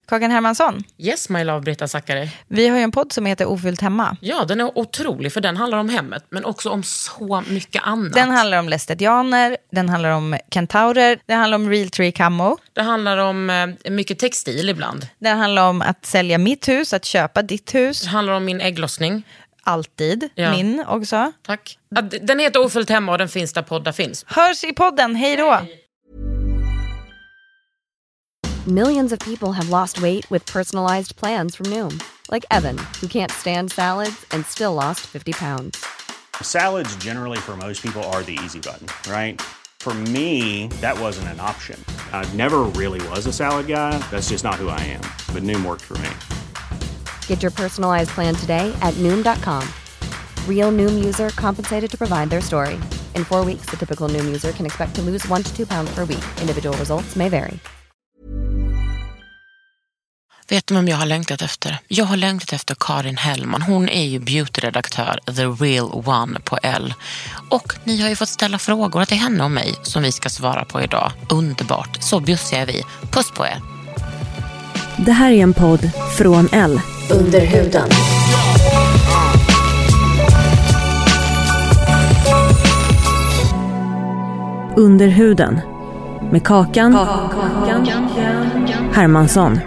Kakan Hermansson. Yes, my love, Britta Zackari. Vi har ju en podd som heter Ofyllt hemma. Ja, den är otrolig för den handlar om hemmet, men också om så mycket annat. Den handlar om lästetianer, den handlar om kentaurer, den handlar om Realtree Camo. Det handlar om mycket textil ibland. Den handlar om att sälja mitt hus, att köpa ditt hus. Det handlar om min ägglossning. Alltid, min också. Tack. Den heter Ofyllt hemma och den finns där poddar finns. Hörs i podden, hej då! Millions of people have lost weight with personalized plans from Noom. Like Evan, who can't stand salads and still lost 50 pounds. Salads generally for most people are the easy button, right? For me, that wasn't an option. I never really was a salad guy. That's just not who I am. But Noom worked for me. Get your personalized plan today at Noom.com. Real Noom user compensated to provide their story. In 4 weeks, the typical Noom user can expect to lose 1 to 2 pounds per week. Individual results may vary. Vet du vem jag har längtat efter? Jag har längtat efter Karin Hellman. Hon är ju beautyredaktör, the real one på Elle. Och ni har ju fått ställa frågor till henne och mig som vi ska svara på idag. Underbart, så bjussiga är vi. Puss på er. Det här är en podd från Elle. Under huden. Under huden. Med Kakan Hermansson.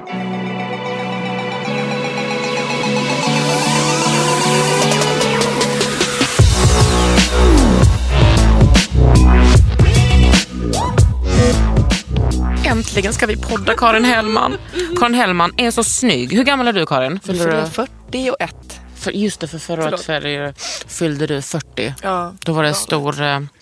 Äntligen ska vi podda Karin Hellman. Karin Hellman är så snygg. Hur gammal är du, Karin? Fyller 41. Just det, för förra året fyllde du 40. Ja. Då var det stor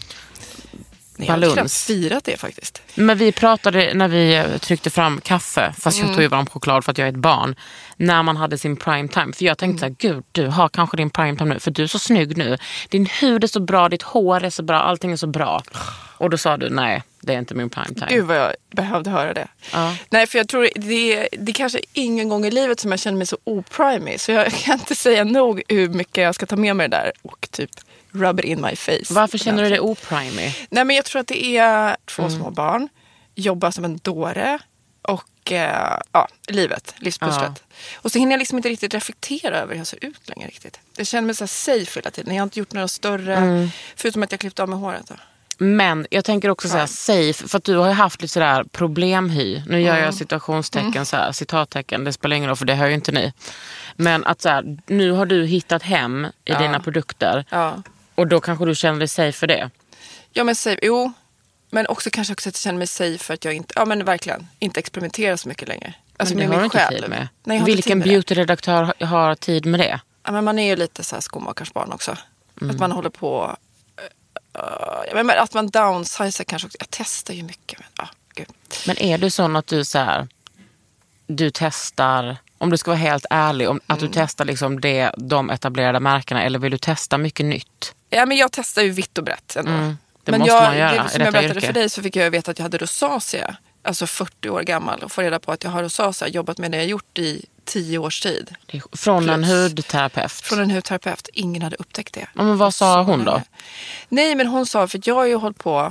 Jag har baluns. knappt firat det faktiskt. Men vi pratade när vi tryckte fram kaffe, fast jag tog ju varm choklad för att jag är ett barn, när man hade sin prime time. För jag tänkte så här, gud, du har kanske din prime time nu, för du är så snygg nu. Din hud är så bra, ditt hår är så bra, allting är så bra. Och då sa du, nej, det är inte min prime time. Gud vad jag behövde höra det. Ja. Nej, för jag tror det kanske ingen gång i livet som jag känner mig så oprimig. Så jag kan inte säga nog hur mycket jag ska ta med mig det där och typ rub it in my face. Varför känner du dig oprimig? Nej, men jag tror att det är 2 små barn, jobba som en dåre och livspusslet. Ja. Och så hinner jag liksom inte riktigt reflektera över hur jag ser ut längre riktigt. Jag känner mig så här safe hela tiden. Jag har inte gjort några större, förutom att jag klippt av med håret då. Men jag tänker också så här safe, för att du har ju haft lite sådär problemhy. Nu gör jag situationstecken så här, citattecken, det spelar ingen roll för det hör ju inte ni. Men att så här, nu har du hittat hem i dina produkter. Ja. Och då kanske du känner dig safe för det. Ja, men safe, jo. Men också kanske att jag känner mig safe för att jag inte, verkligen, inte experimenterar så mycket längre. Alltså men det med har mig inte själv. Tid med. Nej, vilken beautyredaktör har tid med det? Ja, men man är ju lite så här skomakarsbarn också. Att man håller på... men att man downsizar kanske också. Jag testar ju mycket. Men är du sån att du så här, du testar, om du ska vara helt ärlig, att du testar liksom de etablerade märkena, eller vill du testa mycket nytt? Ja, men jag testar ju vitt och brett ändå. Det måste man göra. Som jag berättade för dig så fick jag veta att jag hade rosacea. Alltså 40 år gammal. Och få reda på att jag har rosacea. Jobbat med det jag gjort i 10 års tid. Från en hudterapeut? Från en hudterapeut. Ingen hade upptäckt det. Men vad sa hon då? Nej, men hon sa, för jag har ju hållit på...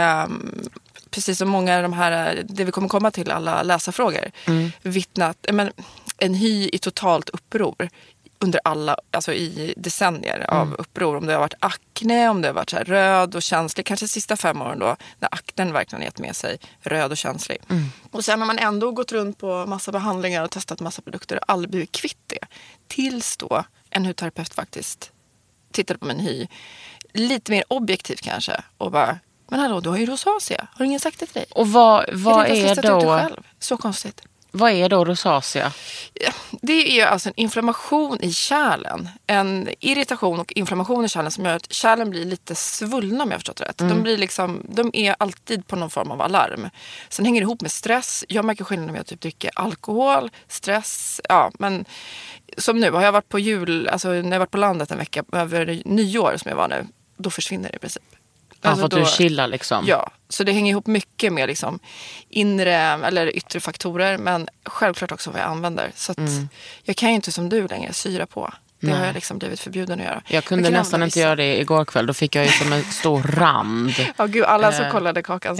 precis som många av de här, det vi kommer komma till, alla läsarfrågor, vittnat, en hy i totalt uppror under alla, alltså i decennier av uppror. Om det har varit akne, om det har varit så här röd och känslig, kanske de sista 5 åren då, när aknen verkligen gett med sig röd och känslig. Och sen har man ändå gått runt på massa behandlingar och testat massa produkter och aldrig blivit kvitt det. Tills då en hudterapeut faktiskt tittade på min hy, lite mer objektivt kanske, och bara, men hallå, du har ju rosacea. Har ingen sagt det till dig? Och vad är då... Så konstigt. Vad är då rosacea? Det är alltså en inflammation i kärlen. En irritation och inflammation i kärlen som gör att kärlen blir lite svullna, om jag har förstått rätt. De är alltid på någon form av alarm. Sen hänger det ihop med stress. Jag märker skillnad om jag typ dricker alkohol, stress. Ja, men som nu har jag varit på när jag varit på landet en vecka över nyår som jag var nu. Då försvinner det i princip. Alltså för att du chillar liksom. Ja, så det hänger ihop mycket med liksom inre eller yttre faktorer, men självklart också vad jag använder. Så att jag kan ju inte som du längre syra på. Det har jag liksom blivit förbjuden att göra. Jag kunde nästan inte göra det igår kväll. Då fick jag ju som en stor rand. Ja, gud, alla som kollade Kakans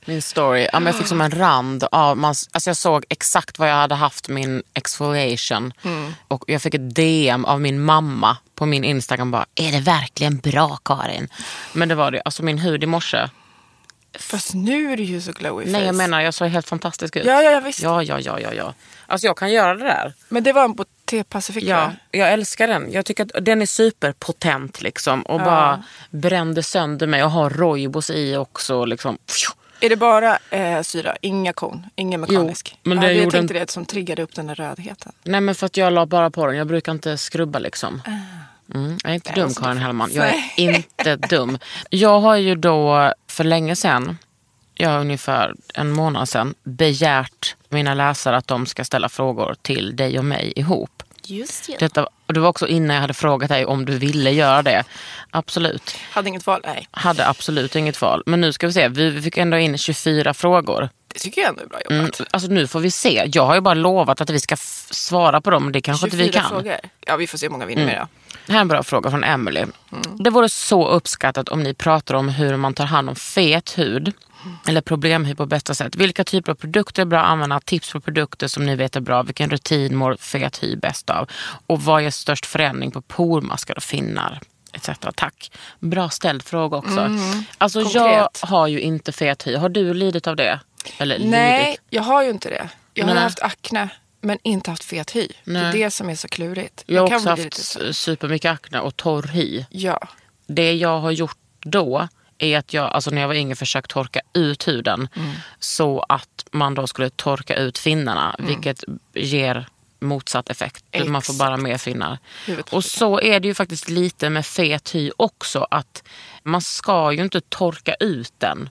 Min story. Ja, men jag fick som en rand av... Alltså jag såg exakt vad jag hade haft min exfoliation. Och jag fick ett DM av min mamma på min Instagram. Bara, är det verkligen bra, Karin? Men det var det. Alltså min hud i morse. Fast nu är det ju så glowy face. Nej, jag menar, jag såg helt fantastisk ut. Ja, visst. Ja. Alltså jag kan göra det där. Men det var en Boté Pacific. Ja, jag älskar den. Jag tycker att den är superpotent liksom. Och bara brände sönder mig och har rooibos i också liksom. Är det bara syra? Inga kon? Ingen mekanisk? Jo, men jag tänkte det som triggade upp den där rödheten. Nej, men för att jag la bara på den. Jag brukar inte skrubba liksom. Jag är inte dum, Karin Hellman. Jag är inte dum. Jag har ju då för länge sedan, ungefär en månad sedan, begärt mina läsare att de ska ställa frågor till dig och mig ihop. Just det. Det var också innan jag hade frågat dig om du ville göra det. Absolut. Hade inget val? Nej. Hade absolut inget val. Men nu ska vi se, vi fick ändå in 24 frågor. Det tycker jag ändå är bra jobbat. Alltså nu får vi se. Jag har ju bara lovat att vi ska svara på dem. Det kanske inte vi kan. Frågor. Ja, vi får se hur många vinner med det. Det här är en bra fråga från Emily. Det vore så uppskattat om ni pratar om hur man tar hand om fet hud eller problemhud på bästa sätt. Vilka typer av produkter är bra att använda? Tips på produkter som ni vet är bra. Vilken rutin mår fet hy bäst av? Och vad är störst förändring på pormaskar och finnar? Etc. Tack. Bra ställd fråga också. Alltså konkret. Jag har ju inte fet hy. Har du lidit av det? Eller nej, lidit? Jag har ju inte det. Jag har haft akne. Men inte haft fet hy. Nej. Det är det som är så klurigt. Jag har också haft supermycket akne och torr hy. Ja. Det jag har gjort då är att jag, alltså när jag var yngre, försökt torka ut huden. Så att man då skulle torka ut finnarna. Vilket ger motsatt effekt. Exakt. Man får bara mer finnar. Och så är det ju faktiskt lite med fet hy också. Att man ska ju inte torka ut den.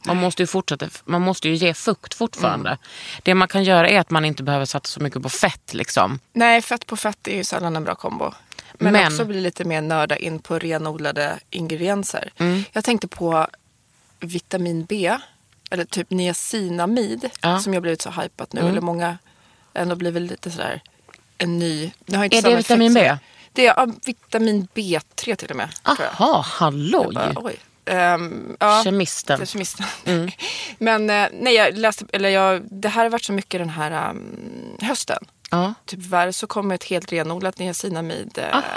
Man måste ju ge fukt fortfarande. Det man kan göra är att man inte behöver sätta så mycket på fett liksom. Nej, fett på fett är ju sällan en bra kombo. Men också bli lite mer nörda in på renodlade ingredienser. Jag tänkte på vitamin B. Eller typ niacinamid. Som jag blivit så hypat nu. Eller många ändå blivit lite sådär en ny. Har inte är det vitamin B? Det är vitamin B3 till och med. Jaha, halloj. Oj. Kemisten. Men nej, jag läste, det här har varit så mycket den här hösten. Typ värre så kommer ett helt renodlat niacinamid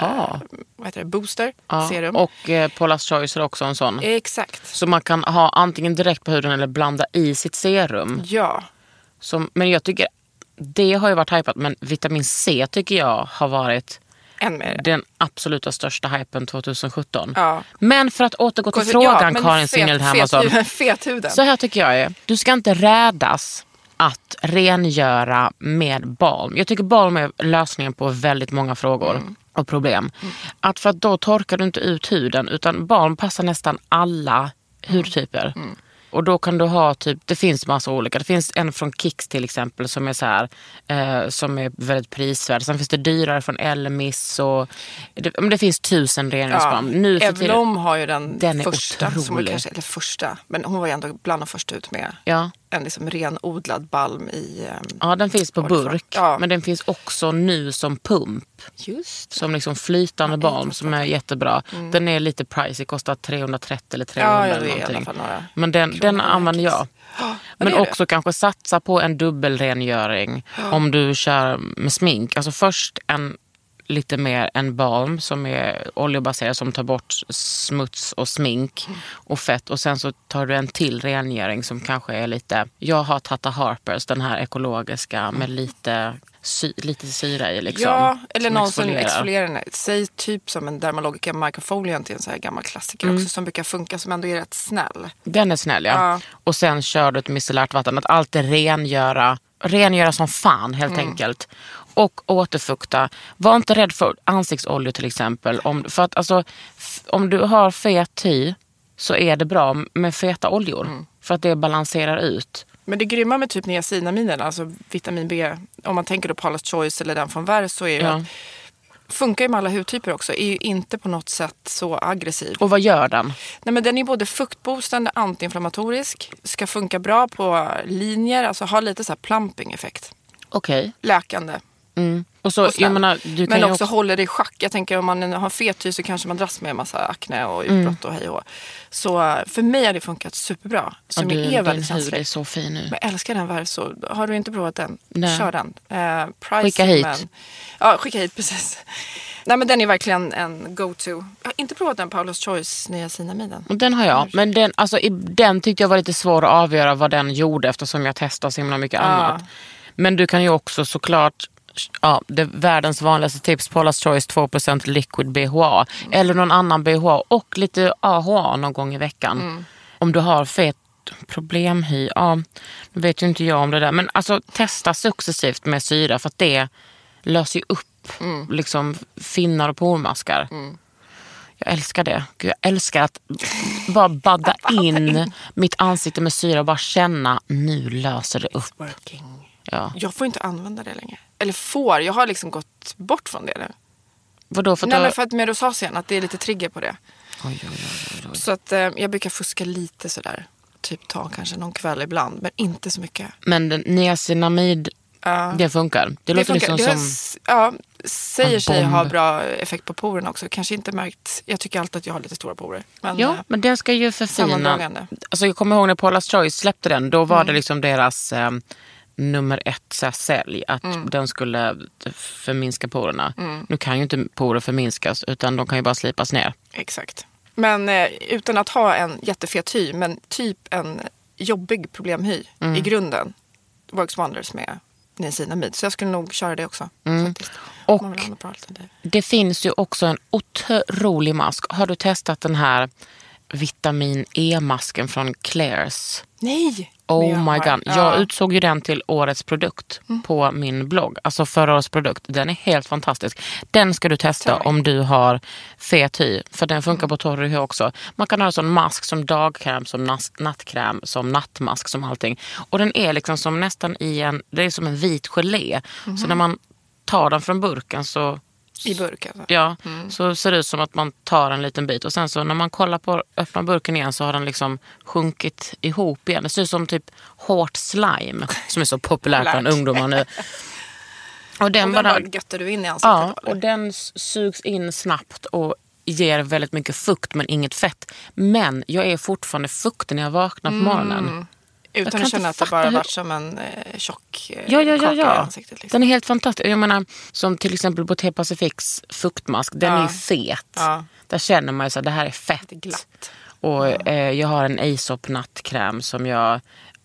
vad heter det? Booster serum. Och Paula's Choice är också en sån. Exakt. Så man kan ha antingen direkt på huden eller blanda i sitt serum. Ja. Men jag tycker det har ju varit hypat, men vitamin C tycker jag har varit den absoluta största hypen 2017. Ja. Men för att återgå till frågan, Karin Signell Hermansson. Fethuden. Så här tycker jag du ska inte rädas att rengöra med balm. Jag tycker balm är lösningen på väldigt många frågor och problem. Att för att då torkar du inte ut huden, utan balm passar nästan alla hudtyper. Och då kan du ha typ, det finns massa olika. Det finns en från Kicks till exempel som är så här, som är väldigt prisvärd. Sen finns det dyrare från Elmis och det finns 1000 reningsbalm. Evlom har ju den första, otrolig. som kanske, eller första, men hon var ju ändå bland de första ut med en liksom renodlad balm i... den finns på burk, men den finns också nu som pump. Just det. Som liksom flytande balm som är jättebra. Den är lite pricey, kostar 330 eller 300 eller någonting. I alla fall några. Men den använder jag. Men också kanske satsa på en dubbelrengöring om du kör med smink. Alltså först lite mer en balm som är oljebaserad som tar bort smuts och smink och fett. Och sen så tar du en till rengöring som kanske är lite... Jag har Tata Harpers, den här ekologiska med lite syra i liksom. Ja, eller någon som exfolierar. Säg typ som en Dermalogica Microfoliant till en så här gammal klassiker också som brukar funka, som ändå är rätt snäll. Den är snäll, ja. Och sen kör du ett micellärt vatten. Att alltid rengöra som fan helt enkelt. Och återfukta. Var inte rädd för ansiktsolja till exempel. För att alltså, om du har fet hy så är det bra med feta oljor. För att det balanserar ut. Men det grymma med typ niacinamiden, alltså vitamin B, om man tänker då på Paula's Choice eller den från Vers, så är ju att funkar ju med alla hudtyper också, är ju inte på något sätt så aggressiv. Och vad gör den? Nej, men den är både fuktboostande, antiinflammatorisk, ska funka bra på linjer, alltså ha lite så här plumping-effekt. Okej. Läkande. Och så, jag menar, du kan men ju också håller det i schack. Jag tänker om man har fet hy så kanske man dras med en massa akne och utbrott och hej och. Så för mig har det funkat superbra. Som jag är väldigt känslig. Din hud är så fin nu. Men jag älskar den Verso. Har du inte provat den? Nej. Kör den. Skicka hit. Ja, skicka hit, precis. Nej, men den är verkligen en go-to. Jag har inte provat den Paula's Choice niacinamiden. Den har jag. Men den tyckte jag var lite svår att avgöra vad den gjorde eftersom jag testar så himla mycket annat. Men du kan ju också såklart... Ja, det är världens vanligaste tips, Paula's Choice 2% liquid BHA eller någon annan BHA och lite AHA någon gång i veckan. Om du har fet problemhy, nu vet ju inte jag om det där, men alltså testa successivt med syra för att det löser ju upp liksom finnar och pormaskar. Jag älskar det. Gud, jag älskar att bara badda in mitt ansikte med syra och bara känna, nu löser det upp. Ja. Jag får inte använda det längre. Eller jag har liksom gått bort från det nu. Vadå? Men för att med rosacean, att det är lite trigger på det. Oj. Så att jag brukar fuska lite sådär. Typ ta kanske någon kväll ibland, men inte så mycket. Men den niacinamid, det funkar. Det låter funkar. liksom som... säger sig ha bra effekt på porerna också. Kanske inte märkt, jag tycker alltid att jag har lite stora porer. Men, men den ska ju förfina. Alltså jag kommer ihåg när Paula's Choice släppte den, då var det liksom deras... nummer 1 så här, sälj att den skulle förminska porerna. Nu kan ju inte porer förminskas utan de kan ju bara slipas ner. Exakt. Men utan att ha en jättefet hy, men typ en jobbig problemhy i grunden, works wonders med niacinamid. Så jag skulle nog köra det också. Faktiskt. Och det finns ju också en otrolig mask. Har du testat den här vitamin E-masken från Claire's? Nej! Oh my god. Jag utsåg ju den till årets produkt på min blogg. Alltså förra årets produkt. Den är helt fantastisk. Den ska du testa om du har fet hy. För den funkar på torr hy också. Man kan ha en sån mask som dagkräm, som nattkräm, som nattmask, som allting. Och den är liksom som nästan det är som en vit gelé. Så när man tar den från burken så... I burk alltså. Ja, så ser det ut som att man tar en liten bit och sen så när man kollar på öppna burken igen så har den liksom sjunkit ihop igen. Det ser ut som typ hårt slime som är så populärt bland ungdomar nu. Och den bara göttar du in i ansiktet. Ja, och den sugs in snabbt och ger väldigt mycket fukt men inget fett. Men jag är fortfarande fuktig när jag vaknar på morgonen. Utan att känna att det bara varit som en tjock kaka i ansiktet. Liksom. Den är helt fantastisk. Jag menar, som till exempel Boté Pacifics fuktmask. Den är ju fet. Ja. Där känner man ju så att det här är fett. Det är glatt. Och jag har en Aesop nattkräm som jag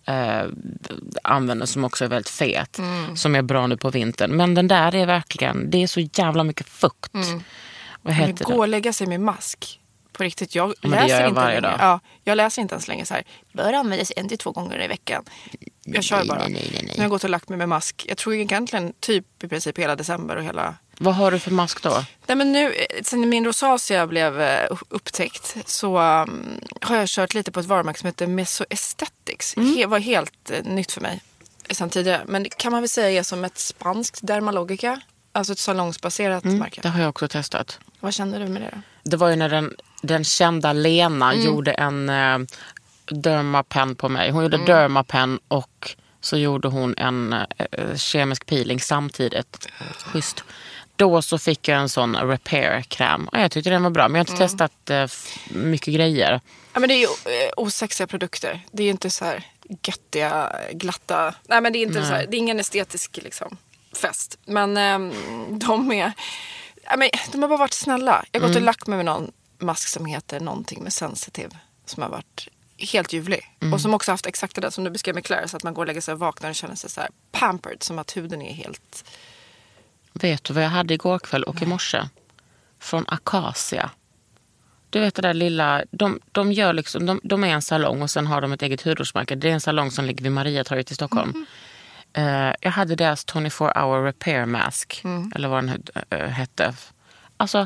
använder som också är väldigt fet. Som är bra nu på vintern. Men den där är verkligen, det är så jävla mycket fukt. Vad heter det? Gå och lägga sig med mask. På riktigt, jag men läser inte varje länge. dag. Ja, jag läser inte ens länge så här. Bör användas 1-2 gånger i veckan. Jag kör bara. Nej. Nu har jag gått och lagt mig med mask. Jag tror egentligen typ i princip hela december och hela... Vad har du för mask då? Nej, men nu, sen min rosacea blev upptäckt så har jag kört lite på ett varumärke som heter Meso Aesthetics. Det var helt nytt för mig sen tidigare. Men det kan man väl säga är som ett spanskt Dermalogica. Alltså ett salongsbaserat märke. Det har jag också testat. Vad kände du med det då? Det var ju när den kända Lena gjorde en dermapen på mig. Hon gjorde dermapen och så gjorde hon en kemisk peeling samtidigt. Schysst. Då så fick jag en sån repair-kräm. Och jag tyckte den var bra. Men jag har inte testat mycket grejer. Ja, men det är ju osexiga produkter. Det är ju inte så här göttiga, glatta... Nej, men det är inte så här, det är ingen estetisk liksom, fest. Men de har bara varit snälla. Jag har gått och lagt mig med någon mask som heter någonting med sensitive. Som har varit helt ljuvlig. Och som också haft exakt det där som du beskrev med Claire. Så att man går och lägger sig och vaknar och känner sig så här pampered. Som att huden är helt... Vet du vad jag hade igår kväll och i morse? Från Acacia. Du vet det där lilla... De gör liksom... De är en salong och sen har de ett eget hudvårdsmärke. Det är en salong som ligger vid Mariatorget i Stockholm. Jag hade deras 24-hour repair mask. Eller vad den hette. Alltså,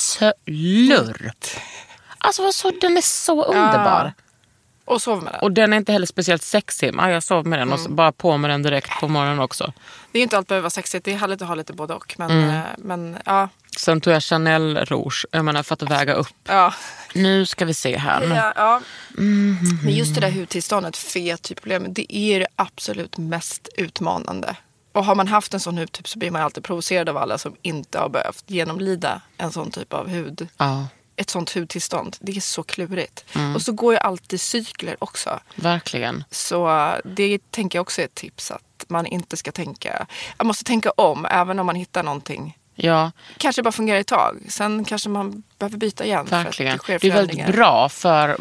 slurp. Alltså, den är så underbar. Och sov med den. Och den är inte heller speciellt sexig. Ja, jag sov med den och bara på med den direkt på morgonen också. Det är ju inte allt behöver vara sexigt. Det är härligt att ha lite både och. Men ja. Sen tog jag Chanel Rouge. Jag menar för att väga upp. Ja. Nu ska vi se här. Ja. Men just det där hudtillståndet, fet typ problem, det är det absolut mest utmanande Och har man haft en sån hudtyp så blir man alltid provocerad av alla som inte har behövt genomlida en sån typ av hud. Ja. Ett sånt hudtillstånd. Det är så klurigt. Och så går ju alltid cykler också. Verkligen. Så det tänker jag också är ett tips. Att man inte ska tänka... Man måste tänka om även om man hittar någonting. Ja. Kanske bara fungerar ett tag. Sen kanske man behöver byta igen. Verkligen. För att det är väldigt bra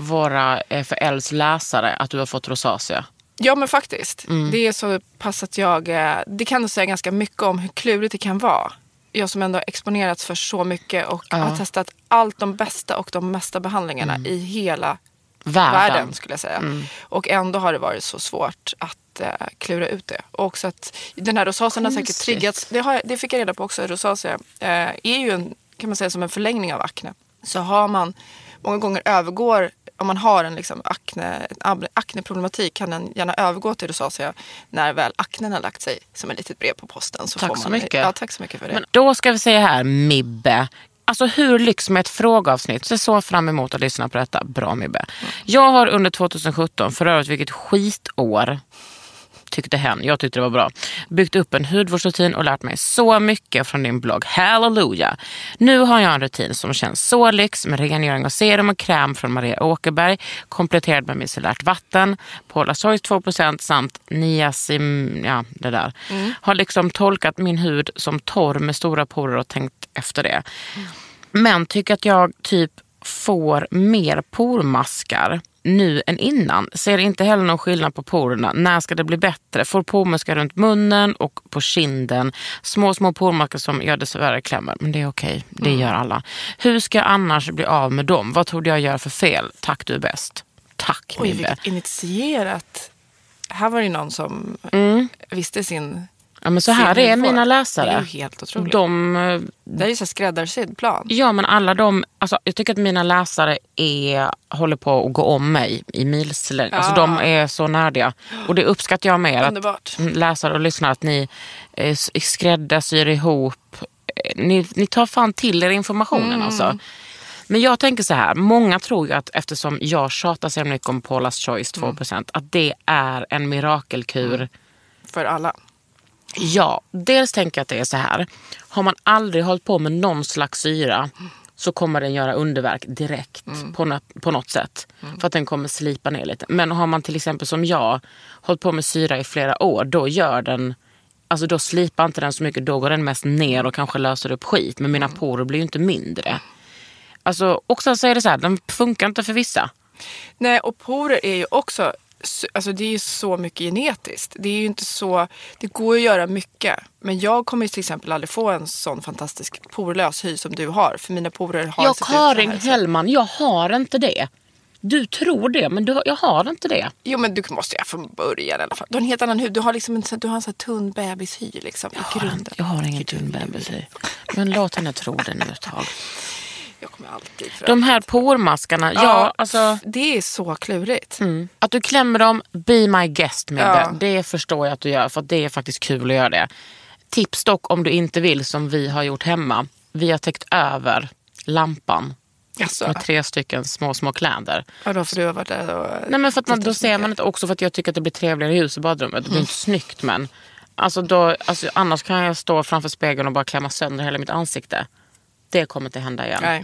för Els läsare att du har fått rosacea. Ja, men faktiskt. Det är så pass att det kan nog säga ganska mycket om hur klurigt det kan vara. Jag som ändå har exponerats för så mycket och har testat allt de bästa och de mesta behandlingarna i hela världen skulle jag säga. Och ändå har det varit så svårt att klura ut det. Och också att den här rosacean har säkert triggats. Det fick jag reda på också. Rosacea är ju kan man säga som en förlängning av akne. Så har man många gånger övergår, om man har en liksom akneproblematik kan den gärna övergå till rosacea när väl aknen har lagt sig som ett litet brev på posten. Så tack får man, så mycket. Ja, tack så mycket för det. Men då ska vi säga här, Mibbe. Alltså hur lyckas med ett frågeavsnitt? Så jag såg fram emot att lyssna på detta. Bra Mibbe. Jag har under 2017, för övrigt vilket skitår tyckte hen, jag tyckte det var bra, byggt upp en hudvårdsrutin och lärt mig så mycket från din blogg. Halleluja! Nu har jag en rutin som känns så lyx med rengöring och serum och kräm från Maria Åkerberg, kompletterad med micellärt vatten, Paula's Choice 2% samt niacin, det där. Har liksom tolkat min hud som torr med stora porer och tänkt efter det. Men tycker att jag typ får mer pormaskar nu än innan. Ser inte heller någon skillnad på porerna. När ska det bli bättre? Får pormaskar runt munnen och på kinden. Små pormaskar som jag dessvärre klämmer. Men det är okej. Det gör alla. Hur ska jag annars bli av med dem? Vad tror du jag gör för fel? Tack, du är bäst. Tack, Oj, Mibbe. vilket initierat. Här var det någon som visste sin... Ja, men så här är mina läsare. Det är ju helt otroligt. Det är ju så skräddarsydd plan. Ja, men alla de... Alltså, jag tycker att mina läsare håller på att gå om mig i milslängd. Alltså, de är så närdiga. Och det uppskattar jag mer. Underbart. Att läsare och lyssnare, att ni skräddarsyr ihop. Ni tar fan till er informationen. Alltså. Men jag tänker så här. Många tror ju att eftersom jag tjatar så mycket om Paula's Choice 2%, att det är en mirakelkur. För alla. Ja, dels tänker jag att det är så här. Har man aldrig hållit på med någon slags syra så kommer den göra underverk direkt på något sätt. För att den kommer slipa ner lite. Men har man till exempel som jag hållit på med syra i flera år, då gör den... Alltså då slipar inte den så mycket, då går den mest ner och kanske löser upp skit. Men mina porer blir ju inte mindre. Alltså, också så är det så här, den funkar inte för vissa. Nej, och porer är ju också... Alltså det är ju så mycket genetiskt. Det är ju inte så... Det går att göra mycket. Men jag kommer ju till exempel aldrig få en sån fantastisk porlös hy som du har. För mina porer har... Jag, Karin Hellman, jag har inte det. Du tror det, men jag har inte det. Jo, men du måste ju från början i alla fall. Du har en helt annan hud. Du har liksom en sån här tunn bebishy liksom, i grunden. Jag har ingen tunn bebishy. Men låt henne tro det nu ett tag. Jag kommer alltid de här pormaskarna, alltså... Det är så klurigt. Att du klämmer dem, be my guest med det. Det förstår jag att du gör, för att det är faktiskt kul att göra det. Tips dock om du inte vill, som vi har gjort hemma. Vi har täckt över lampan med 3 stycken små kläder. Ja, då får du ha varit där och... Nej, men för att då ser man inte också, för att jag tycker att det blir trevligare i hus och badrummet. Det blir inte snyggt, men... Alltså annars kan jag stå framför spegeln och bara klämma sönder hela mitt ansikte. Det kommer inte hända igen. Nej.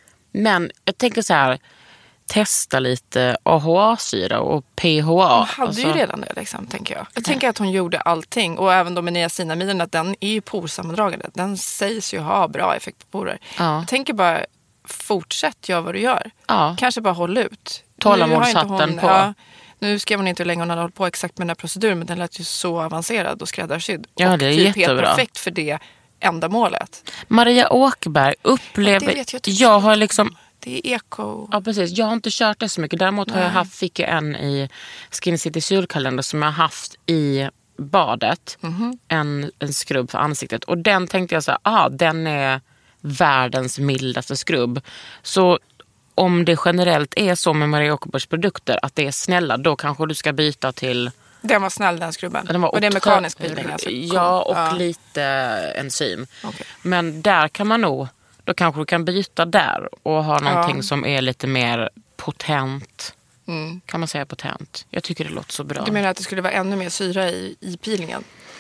Men jag tänker så här, testa lite AHA-syra och PHA. Hon hade ju redan det liksom, tänker jag. Jag tänker att hon gjorde allting. Och även då med niacinamiden, att den är ju porsammandragande. Den sägs ju ha bra effekt på porer. Ja. Jag tänker bara, fortsätt göra vad du gör. Ja. Kanske bara håll ut. Tålamodshatten på. Ja, nu skrev hon inte hur länge hon hade hållit på exakt med den här proceduren, men den lät ju så avancerad och skräddarsydd. Ja, och det är typ jättebra. Helt perfekt för det ändamålet. Maria Åkerberg upplever... Jag har liksom... Det är eko. Ja, precis. Jag har inte kört det så mycket. Däremot har jag fick jag en i Skin City's julkalender som jag har haft i badet. En skrubb för ansiktet. Och den tänkte jag så här, den är världens mildaste skrubb. Så om det generellt är så med Maria Åkerbergs produkter att det är snälla, då kanske du ska byta till... Den var snäll, den skrubben. Och det är mekanisk peeling alltså. Ja, och lite enzym. Okay. Men där kan man nog... Då kanske du kan byta där och ha någonting som är lite mer potent. Kan man säga potent? Jag tycker det låter så bra. Du menar att det skulle vara ännu mer syra i peelingen?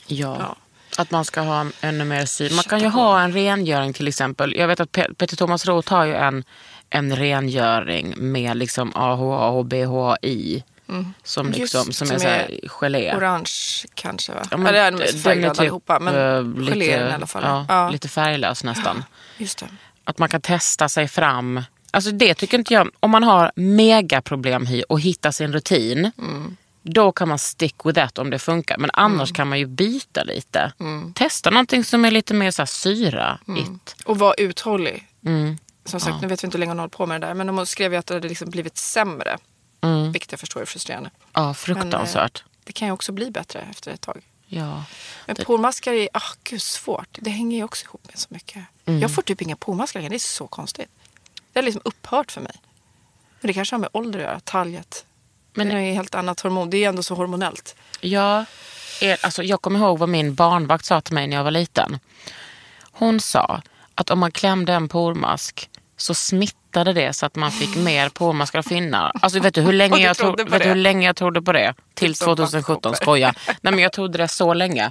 Ja. Att man ska ha ännu mer syre. Man kan ju ha en rengöring till exempel. Jag vet att Peter Thomas Roth har ju en rengöring med liksom AHA och BHA i. Som liksom, som är så här gelé. Orange kanske, va? Ja, men det är mest färgglad allihopa, men lite, gelén i alla fall. Lite färglös nästan. Just det. Att man kan testa sig fram. Alltså det tycker inte jag. Om man har megaproblem och hittar sin rutin. Då kan man stick with that om det funkar. Men annars kan man ju byta lite. Testa någonting som är lite mer så här syra. Och vara uthållig. Som sagt, nu vet vi inte hur länge hon håller på med det där. Men de skrev ju att det hade liksom blivit sämre. Vilket jag förstår är frustrerande. Ja, fruktansvärt. Men, det kan ju också bli bättre efter ett tag. Ja. Men pormaskar är gud, svårt. Det hänger ju också ihop med så mycket. Jag får typ inga pormaskar. Det är så konstigt. Det har liksom upphört för mig. Men det kanske har med ålder att göra. Talget. Men det är ett helt annat hormon. Det är ändå så hormonellt. Ja, alltså jag kommer ihåg vad min barnvakt sa till mig när jag var liten. Hon sa att om man klämde en pormask så smittade det så att man fick mer pormaskar och finnar. Alltså vet du hur länge jag trodde på det? Till 2017, skoja. Nej, men jag trodde det så länge.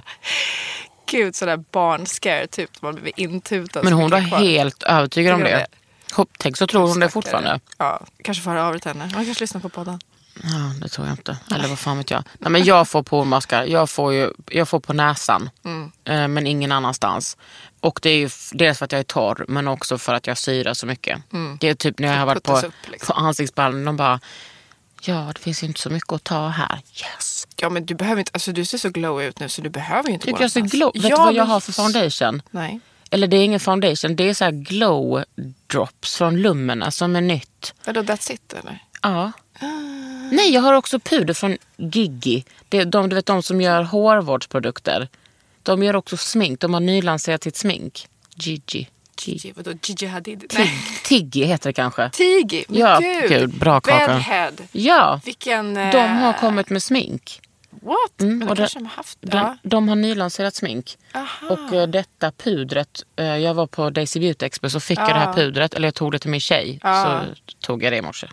Gud, sådär barnscare typ. Man blir intutad. Men hon var helt övertygad om det. Tänk så tror hon det fortfarande. Ja, kanske får höra av det till henne. Man kanske lyssnar på podden. Ja, det tror jag inte. Eller vad fan vet jag. Nej, men jag får pormaskar. Jag får på näsan. Men ingen annanstans. Och det är ju dels för att jag är torr. Men också för att jag syrar så mycket. Det är typ när jag har varit på ansiktsballen. De bara, ja det finns ju inte så mycket att ta här. Yes. Ja, men du behöver inte, alltså du ser så glow ut nu så du behöver ju inte gå någonstans. Vet du vad jag har för foundation? Nej. Eller det är ingen foundation. Det är så här glow drops från Lumena som är nytt. Vadå, that's it eller? Ja. Nej, jag har också puder från Gigi. Det är du vet de som gör hårvårdsprodukter. De gör också smink. De har nylanserat sitt smink. Gigi. Vadå? Gigi Hadid? Tiggy heter det kanske. Tiggy? Men ja, gud. Bra kaka. Bedhead. Ja. Vilken... De har kommit med smink. What? Men det kanske de har haft. De har nylanserat smink. Aha. Och detta pudret, jag var på Daisy Beauty Expo så fick jag det här pudret, eller jag tog det till min tjej. Så tog jag det i morse.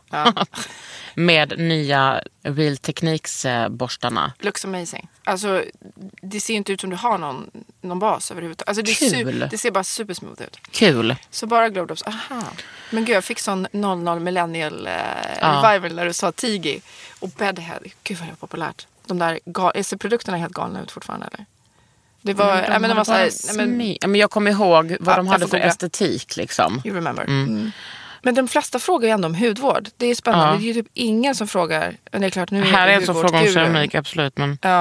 Med nya Real Techniques borstarna. Looks amazing. Alltså det ser inte ut som du har någon bas överhuvudtaget. Alltså det ser bara supersmooth ut. Kul. Så bara glow drops. Aha. Men gud, jag fick sån 00 millennial revival när du sa Tiggy och Bedhead. Gud vad det var populärt. De där produkterna är helt galna ut fortfarande eller? Det var men det var så här, men jag kommer ihåg vad de hade för estetik liksom. You remember. Men de flesta frågar ju ändå om hudvård. Det är spännande. Det är ju typ ingen som frågar. Men det är klart nu här är en som frågar om keramik, absolut.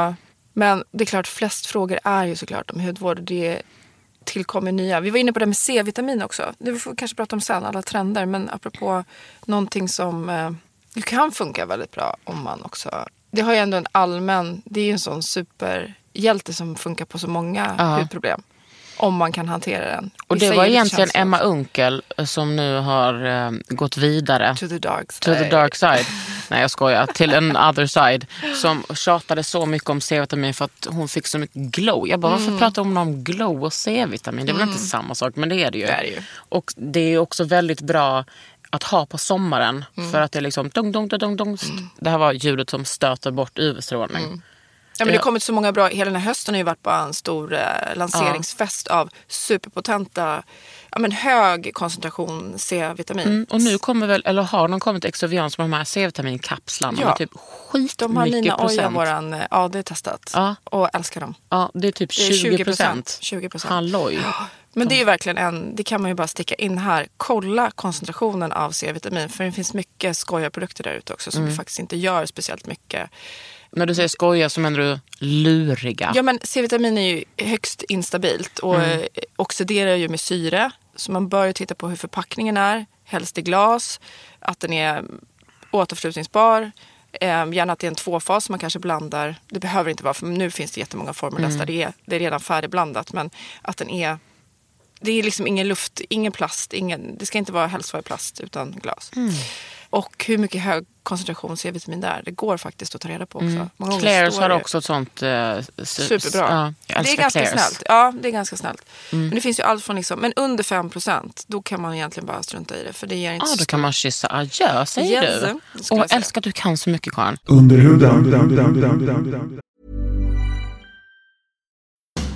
Men det är klart, flest frågor är ju såklart om hudvård. Det tillkommer nya. Vi var inne på det med C-vitamin också. Det får vi kanske prata om sen, alla trender. Men apropå någonting som kan funka väldigt bra om man också... Det har ju ändå det är ju en sån superhjälte som funkar på så många hudproblem. Om man kan hantera den. Och det var egentligen Emma Unkel som nu har gått vidare. To the dark side. Nej, jag skojar. Till en other side. Som tjatade så mycket om C-vitamin för att hon fick så mycket glow. Jag bara, varför pratar hon om glow och C-vitamin? Det är väl inte samma sak, men det är det ju. Det är det ju. Och det är också väldigt bra att ha på sommaren. För att det är liksom det här var ljudet som stöter bort UV-strålning. Ja, men det har kommit så många bra. Hela den här hösten har ju varit bara en stor lanseringsfest av superpotenta, hög koncentration C-vitamin. Och nu kommer väl, eller har de kommit Exovian som de här C-vitaminkapslarna med typ skitmycket de har Nina procent. Oja, våran AD testat och älskar dem. Ja, det är typ 20%. 20%. Halloj. Men det är ju verkligen det kan man ju bara sticka in här. Kolla koncentrationen av C-vitamin. För det finns mycket skojarprodukter där ute också som vi faktiskt inte gör speciellt mycket. När du säger skoja så menar du luriga? Ja, men C-vitamin är ju högst instabilt och oxiderar ju med syre. Så man bör ju titta på hur förpackningen är. Helst i glas. Att den är återflutningsbar. Gärna att det är en tvåfas man kanske blandar. Det behöver inte vara, för nu finns det jättemånga former där det är redan färdigblandat. Men att den är... Det är liksom ingen luft, ingen plast. Det ska inte vara helst vara plast utan glas. Och hur mycket hög koncentration C-vitamin där. Det går faktiskt att ta reda på också. Claire's har också ett sånt... superbra. Det är ganska snällt. Ja, det är ganska snällt. Men det finns ju allt från liksom... Men under 5%, då kan man egentligen bara strunta i det. För det ger inte då kan man kyssa adjö, säger du. Och jag älskar att du kan så mycket, Karin. Under huden.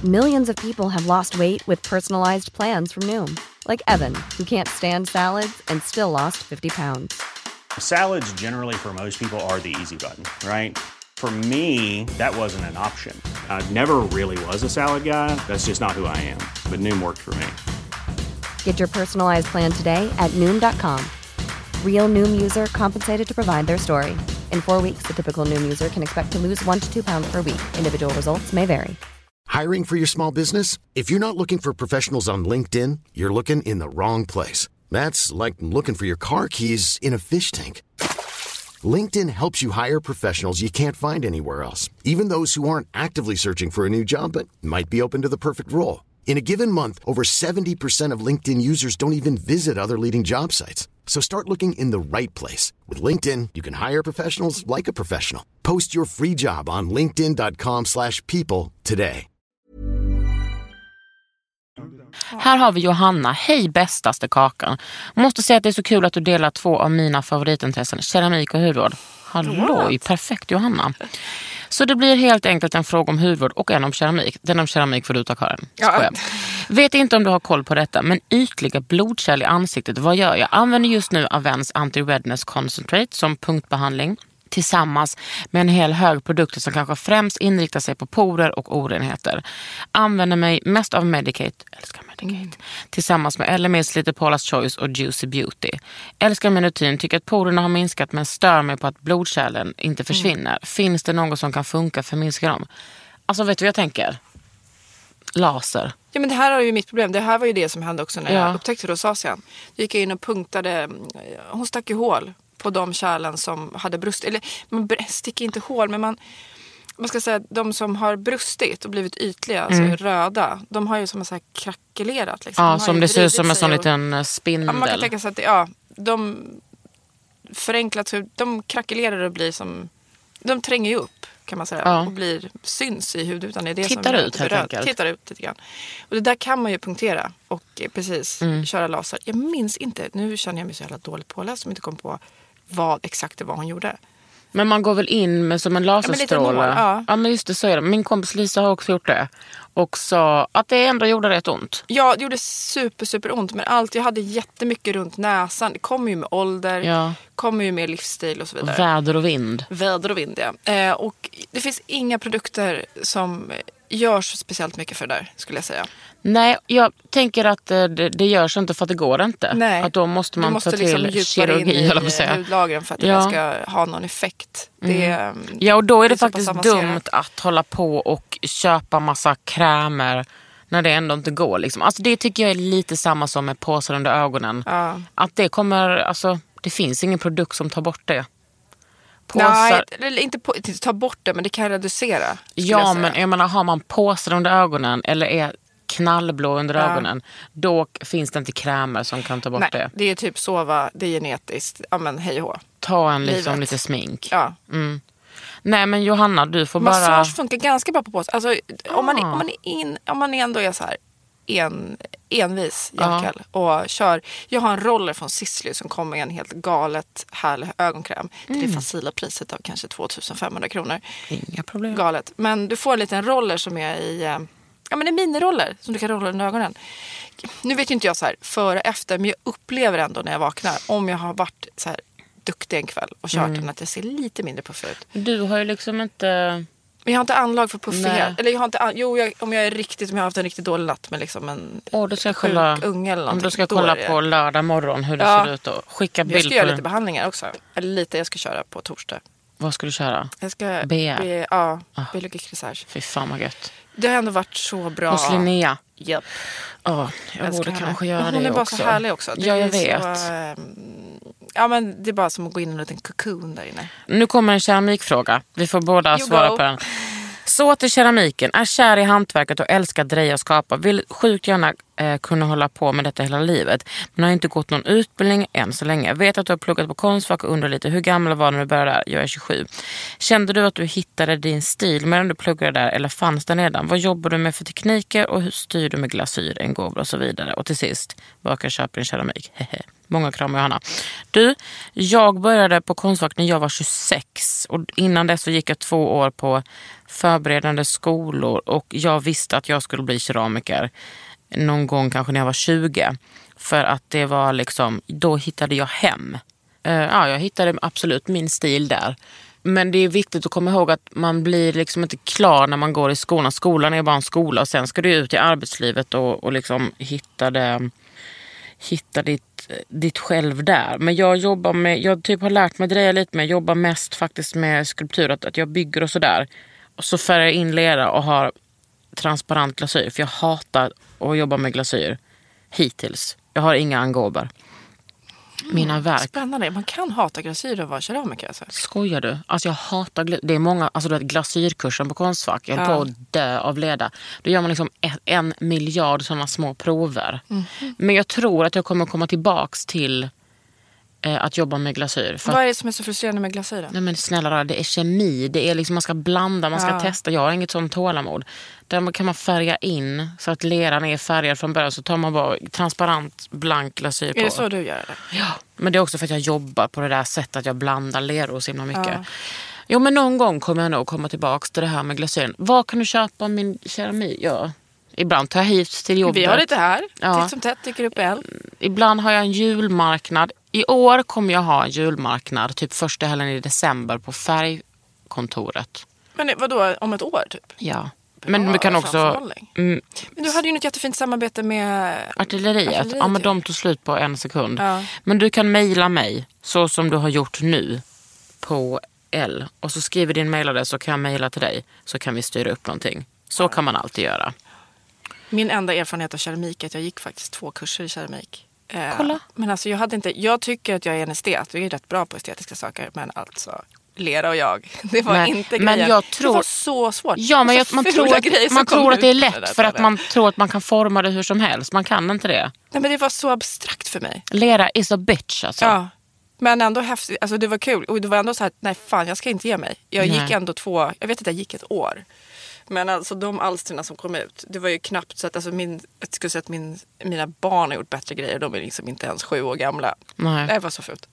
Millions of people have lost weight with personalized plans from Noom. Like Evan, who can't stand salads and still lost 50 pounds. Salads generally for most people are the easy button, right? For me, that wasn't an option. I never really was a salad guy. That's just not who I am. But Noom worked for me. Get your personalized plan today at Noom.com. Real Noom user compensated to provide their story. In 4 weeks, the typical Noom user can expect to lose 1 to 2 pounds per week. Individual results may vary. Hiring for your small business? If you're not looking for professionals on LinkedIn, you're looking in the wrong place. That's like looking for your car keys in a fish tank. LinkedIn helps you hire professionals you can't find anywhere else, even those who aren't actively searching for a new job but might be open to the perfect role. In a given month, over 70% of LinkedIn users don't even visit other leading job sites. So start looking in the right place. With LinkedIn, you can hire professionals like a professional. Post your free job on linkedin.com/people today. Här har vi Johanna. Hej bästaste kakan. Måste säga att det är så kul att du delar 2 av mina favoritintressen, keramik och hudvård. Halloj, perfekt Johanna. Så det blir helt enkelt en fråga om hudvård och en om keramik. Den om keramik får du ta, Karin. Ja. Vet inte om du har koll på detta, men ytliga blodkärl i ansiktet, vad gör jag? Använder just nu Avens Anti-Redness Concentrate som punktbehandling tillsammans med en hel hög produkter som kanske främst inriktar sig på porer och orenheter. Använder mig mest av Medicate, älskar Medicate, tillsammans med LMS, lite Paula's Choice och Juicy Beauty. Älskar Menutin, tycker att porerna har minskat men stör mig på att blodkärlen inte försvinner. Finns det något som kan funka för att minska dem? Alltså vet du vad jag tänker? Laser. Ja, men det här är ju mitt problem. Det här var ju det som hände också när jag upptäckte rosacean. Jag gick in och punktade, hon stack ju hål på de kärlen som hade brustit. Eller man sticker inte hål, men man ska säga de som har brustit och blivit ytliga, alltså röda, de har ju som så här krackelerat. Liksom. Ja, som det ser ut som en sån liten spindel. Ja, man kan tänka sig att de förenklat, de krackelerar och blir som, de tränger ju upp kan man säga och syns i hudytan. Det är det tittar som ut helt enkelt. Tittar ut lite grann. Och det där kan man ju punktera och precis köra laser. Jag minns inte, nu känner jag mig så jävla dåligt påläst som inte kom på vad exakt det var hon gjorde. Men man går väl in med som en laserstråle. Ja, men just det, så är det. Min kompis Lisa har också gjort det. Och sa att det ändå gjorde rätt ont. Ja, det gjorde super ont. Men allt, jag hade jättemycket runt näsan. Det kommer ju med ålder. Kommer ju med livsstil och så vidare. Och väder och vind. Väder och vind, ja. Och det finns inga produkter som görs speciellt mycket för det där, skulle jag säga. Nej, jag tänker att det görs inte för att det går inte. Nej. Att då måste man ta till liksom kirurgi, eller vad säga. Hudlagren för att det ska ha någon effekt. Ja, och då är det faktiskt dumt att hålla på och köpa massa krämer när det ändå inte går. Liksom. Alltså det tycker jag är lite samma som med påsar under ögonen. Ja. Att det kommer, alltså det finns ingen produkt som tar bort det. Påsar. Nej, inte ta bort det, men det kan reducera. Ja, men jag menar, har man påsar under ögonen eller är knallblå under ögonen, då finns det inte krämer som kan ta bort det. Det är typ sova, det är genetiskt. Ja, men hej och hå. Ta en liksom lite smink. Ja. Nej, men Johanna, du får bara... Massage funkar ganska bra på påsar. Alltså, om man ändå är så här envis jäkel och kör. Jag har en roller från Sisley som kommer med en helt galet härlig ögonkräm. Det är facila priset av kanske 2500 kronor. Inga problem. Galet. Men du får en liten roller som är i... Ja, men det är miniroller som du kan rolla under ögonen. Nu vet ju inte jag så här före och efter, men jag upplever ändå när jag vaknar, om jag har varit så här duktig en kväll och kört den, att jag ser lite mindre puffig ut. Du har ju liksom inte... Men jag har inte anlag för puffighet. Eller jag har inte om jag har haft en riktigt dålig natt med liksom en sjuk unge eller någonting. Om du ska kolla på lördag morgon hur det ser ut och skicka bild. Jag ska göra lite behandlingar också. Eller lite, jag ska köra på torsdag. Vad ska du köra? Jag ska biologisk research. Fy fan vad gött. Det har ändå varit så bra. Hos Linnea. Japp. Jag borde kanske göra det också. Hon är bara så härlig också. Ja, jag vet. Ja, men det är bara som att gå in i en liten cocoon där inne. Nu kommer en keramikfråga. Vi får båda svara på den. Så till keramiken. Är kär i hantverket och älskar dreja och skapa. Vill sjukt gärna kunna hålla på med detta hela livet. Men har inte gått någon utbildning än så länge. Jag vet att du har pluggat på Konstfack och undrar lite hur gammal var när du började där? Jag är 27. Kände du att du hittade din stil medan du pluggade där eller fanns den redan? Vad jobbar du med för tekniker och hur styr du med glasyr, engåvor och så vidare? Och till sist, var kan jag köpa en keramik? Många kramar Johanna. Du, jag började på Konstfack när jag var 26. Och innan dess så gick jag 2 år på förberedande skolor. Och jag visste att jag skulle bli keramiker någon gång kanske när jag var 20. För att det var liksom, då hittade jag hem. Ja, jag hittade absolut min stil där. Men det är viktigt att komma ihåg att man blir liksom inte klar när man går i skolan. Skolan är bara en skola och sen ska du ut i arbetslivet och liksom hitta ditt själv där. Men jag typ har lärt mig dreja lite med, jobbar mest faktiskt med skulptur, att jag bygger och sådär. Och så färgar jag in lera och har transparent glasyr. För jag hatar att jobba med glasyr hittills. Jag har inga angober. Mina verk. Spännande. Man kan hata glasyr och vara keramiker. Alltså. Skojar du? Alltså jag hatar det är många, alltså du vet, glasyrkursen på Konstfack. Jag höll på att dö av leda. Då gör man liksom 1 miljard sådana små prover. Men jag tror att jag kommer komma tillbaks till att jobba med glasyr. Vad är det som är så frustrerande med glasyren? Nej men snälla, det är kemi. Det är liksom, man ska blanda, man ska testa. Jag har inget sånt tålamod. Där kan man färga in så att leran är färgad från början. Så tar man bara transparent blank glasyr på. Är det så du gör det? Ja, men det är också för att jag jobbar på det där sättet att jag blandar leror så himla mycket. Jo, men någon gång kommer jag nog komma tillbaka till det här med glasyren. Var kan du köpa min keramik? Ja, ibland tar jag hit till jobbet. Vi har lite här. Titt som tätt dyker upp eld. Ibland har jag en julmarknad. I år kommer jag ha en julmarknad typ första helgen i december på Färgkontoret. Men vadå, om ett år typ? Ja. Men du kan också... Men du hade ju ett jättefint samarbete med... Artilleriet. Ja, men de tog slut på 1 sekund. Ja. Men du kan mejla mig så som du har gjort nu på L. Och så skriver din mejladress så kan jag mejla till dig. Så kan vi styra upp någonting. Så kan man alltid göra. Min enda erfarenhet av keramik är att jag gick faktiskt 2 kurser i keramik. Kolla. Men alltså jag tycker att jag är en estet. Jag är rätt bra på estetiska saker. Men alltså... Lera och jag. Det var inte grejen. Men jag tror, det var så svårt. Ja, men man tror att det är lätt för att man tror att man kan forma det hur som helst. Man kan inte det. Nej, men det var så abstrakt för mig. Lera is a bitch alltså. Ja, men ändå häftigt. Alltså det var kul. Och det var ändå så här, nej fan, jag ska inte ge mig. Jag gick ändå 2, jag vet att jag gick 1 år. Men alltså de alsterna som kom ut, det var ju knappt så att alltså jag skulle säga att mina barn har gjort bättre grejer. De är liksom inte ens 7 år gamla. Nej. Det var så fult.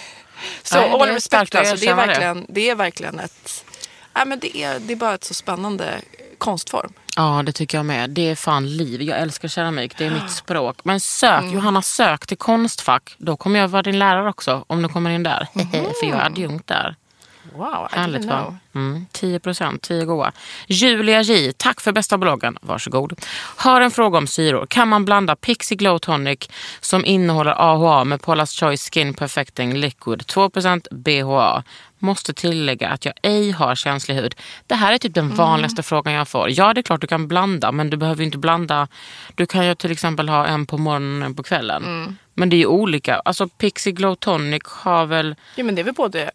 Så all respect, alltså, det är verkligen ett... Nej, men det är bara ett så spännande konstform. Ja, det tycker jag med. Det är fan liv. Jag älskar keramik, det är mitt språk. Men Johanna, sök till Konstfack. Då kommer jag vara din lärare också, om du kommer in där. För jag är adjunkt där. Wow, I härligt, didn't know. 10%, 10 goa. Julia J, tack för bästa bloggen. Varsågod. Har en fråga om syror. Kan man blanda Pixie Glow Tonic som innehåller AHA med Paula's Choice Skin Perfecting Liquid 2% BHA? Måste tillägga att jag ej har känslig hud. Det här är typ den vanligaste frågan jag får. Ja, det är klart du kan blanda, men du behöver ju inte blanda. Du kan ju till exempel ha en på morgonen och en på kvällen. Men det är ju olika. Alltså Pixie Glow Tonic har väl... Ja, men det är väl både...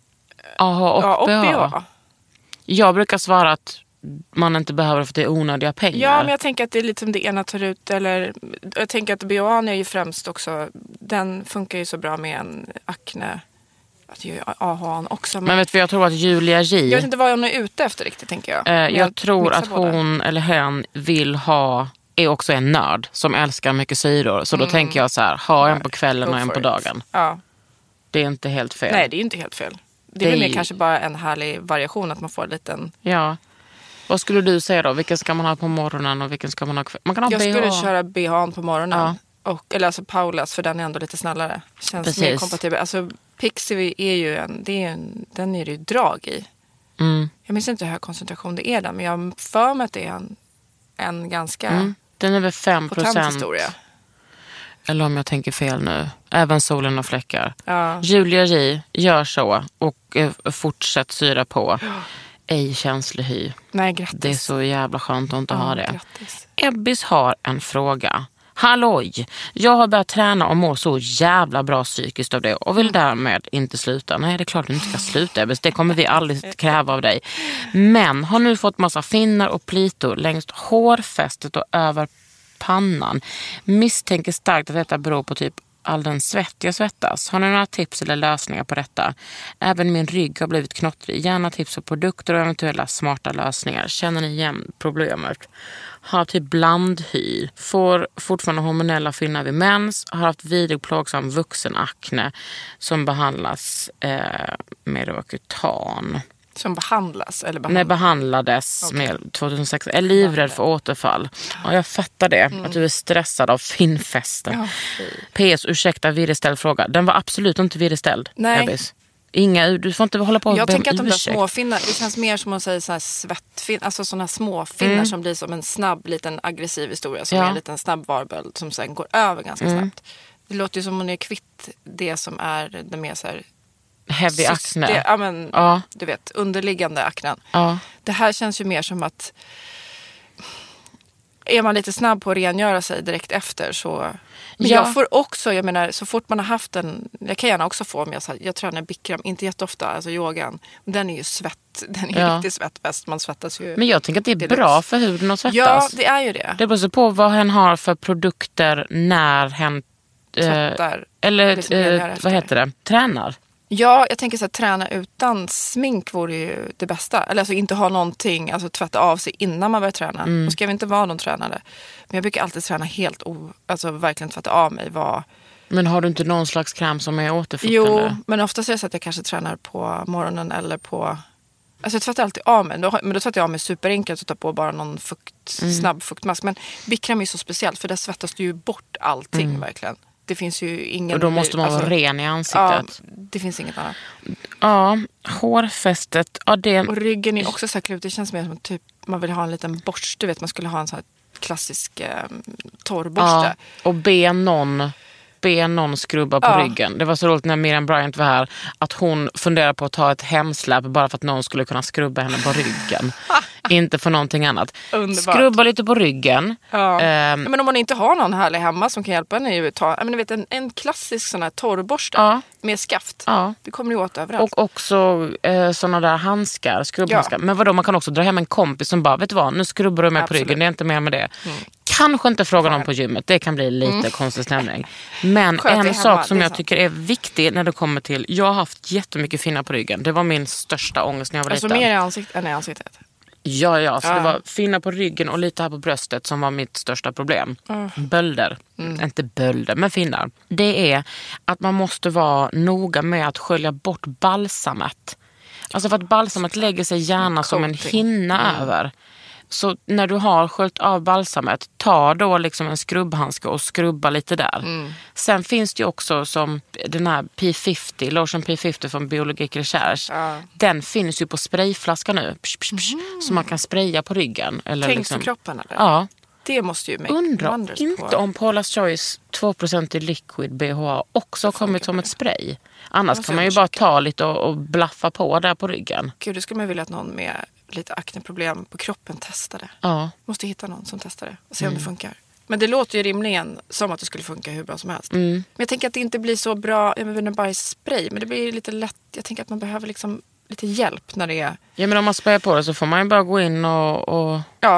AHA och BHA. Jag brukar svara att man inte behöver det för att det är onödiga pengar. Ja, men jag tänker att det är lite som det ena tar ut. Eller, jag tänker att BHA är ju främst också... Den funkar ju så bra med en akne... Att ju AHA också. Men vet du, jag tror att Julia J... Jag vet inte vad hon är ute efter riktigt, tänker jag. Jag tror att hon eller hen vill ha... Är också en nörd som älskar mycket syror. Så då tänker jag så här, ha en på kvällen och en på dagen. Ja. Det är inte helt fel. Nej, det är inte helt fel. Det är väl mer kanske bara en härlig variation att man får en liten... Ja. Vad skulle du säga då? Vilken ska man ha på morgonen och vilken ska man ha man kan ha Jag BH. skulle köra BH på morgonen. Ja. Eller alltså Paulas, för den är ändå lite snällare. Känns mer kompatibel. Alltså Pixie är ju den är det ju drag i. Jag minns inte hur hög koncentration det är där, men jag för mig att det är en ganska den är väl 5%. Potent historia. Eller om jag tänker fel nu. Även solen och fläckar. Ja. Julia J, gör så. Och fortsätt syra på. Ej känslig hy. Nej, grattis. Det är så jävla skönt att inte ha det. Grattis. Ebbis har en fråga. Halloj, jag har börjat träna och mår så jävla bra psykiskt av det. Och vill därmed inte sluta. Nej, det är klart du inte ska sluta, Ebbis. Det kommer vi aldrig kräva av dig. Men har nu fått massa finnar och plitor längs hårfästet och över pannan. Misstänker starkt att detta beror på typ all den svett jag svettas. Har ni några tips eller lösningar på detta? Även min rygg har blivit knottrig. Gärna tips på produkter och eventuella smarta lösningar. Känner ni igen problemet? Har typ blandhy. Får fortfarande hormonella fyllningar vid mens. Har haft vidrig plågsam vuxenakne som behandlas med Roacutan. Som behandlas? Eller Nej, behandlades med 2006. Är livrädd för återfall. Ja, jag fattar det. Att du är stressad av finfesten. PS, ursäkta, virreställd fråga. Den var absolut inte virreställd. Nej. Ebbis. Du får inte hålla på och jag tänker att de där ursäkt. småfinnar, det känns mer som att säga så här svettfinn, alltså sådana småfinnar som blir som en snabb liten aggressiv historia, som är en liten snabb varböld som sen går över ganska snabbt. Det låter ju som om hon är kvitt det som är det mer så här heavy akne. Ja, men du vet, underliggande aknen. Ja. Det här känns ju mer som att är man lite snabb på att rengöra sig direkt efter så... Men jag får också, jag menar, så fort man har haft en... Jag kan gärna också få om jag tränar Bikram, inte jätteofta, alltså yogan. Den är ju svett, den är ju riktigt svettfest, man svettas ju. Men jag tänker att det är bra för huden att svettas. Ja, det är ju det. Det beror på vad hen har för produkter när hen... Tvättar. Eller, vad heter det? Tränar. Ja, jag tänker så att träna utan smink vore ju det bästa. Eller alltså inte ha någonting, alltså tvätta av sig innan man börjar träna. Då ska vi inte vara någon tränare. Men jag brukar alltid träna helt, alltså verkligen tvätta av mig. Men har du inte någon slags kräm som är återfuktande? Jo, men oftast är det så att jag kanske tränar på morgonen eller på... Alltså jag tvättar alltid av mig. Men då tvättar jag av mig superenkelt och tar på bara någon snabb fuktmask. Men Bikram är så speciellt för där svettas du ju bort allting verkligen. Det finns ju ingen... Och då måste man vara ren i ansiktet. Ja, det finns inget annat. Ja, hårfästet. Ja, det... Och ryggen är också så här klutt. Det känns mer som typ man vill ha en liten borste. Du vet, man skulle ha en sån här klassisk torrborste. Ja, och be någon skrubba på ryggen. Det var så roligt när Miriam Bryant var här att hon funderade på att ta ett hemsläp bara för att någon skulle kunna skrubba henne på ryggen. Inte för någonting annat. Underbart. Skrubba lite på ryggen. Ja. Men om man inte har någon härlig hemma som kan hjälpa henne att ta en klassisk sån här torrborste med skaft. Ja. Det kommer ju åt överallt. Och också såna där handskar, skrubbhandskar. Men vadå, man kan också dra hem en kompis som bara, vet du vad, nu skrubbar du mig på ryggen, det är inte mer med det. Kanske inte fråga någon på gymmet, det kan bli lite konstig stämning. Men en sak som jag tycker är viktig när det kommer till, jag har haft jättemycket finnar på ryggen. Det var min största ångest när jag var liten. Alltså mer i ansiktet än i ansiktet? Ja, så det var finnar på ryggen och lite här på bröstet som var mitt största problem. Bölder, inte bölder, men finnar. Det är att man måste vara noga med att skölja bort balsamet. Alltså för att balsamet lägger sig gärna som en hinna över. Så när du har sköljt av balsamet, ta då liksom en skrubbhandske och skrubba lite där. Sen finns det ju också som den här P50, Lotion P50 från Biologique Recherche. Den finns ju på sprayflaska nu. Så man kan spraya på ryggen. Eller tänk liksom, på kroppen eller? Ja. Det måste ju undra inte om Paula's Choice 2% liquid BHA också har kommit som ett spray. Annars kan man ju bara ta lite och blaffa på där på ryggen. Gud, det skulle man vilja att någon med lite akneproblem på kroppen testade. Ja. Måste hitta någon som testar det och se om det funkar. Men det låter ju rimligen som att det skulle funka hur bra som helst. Men jag tänker att det inte blir så bra, jag menar bara i spray, men det blir lite lätt. Jag tänker att man behöver liksom lite hjälp när det är... Ja, men om man sprayar på det så får man ju bara gå in och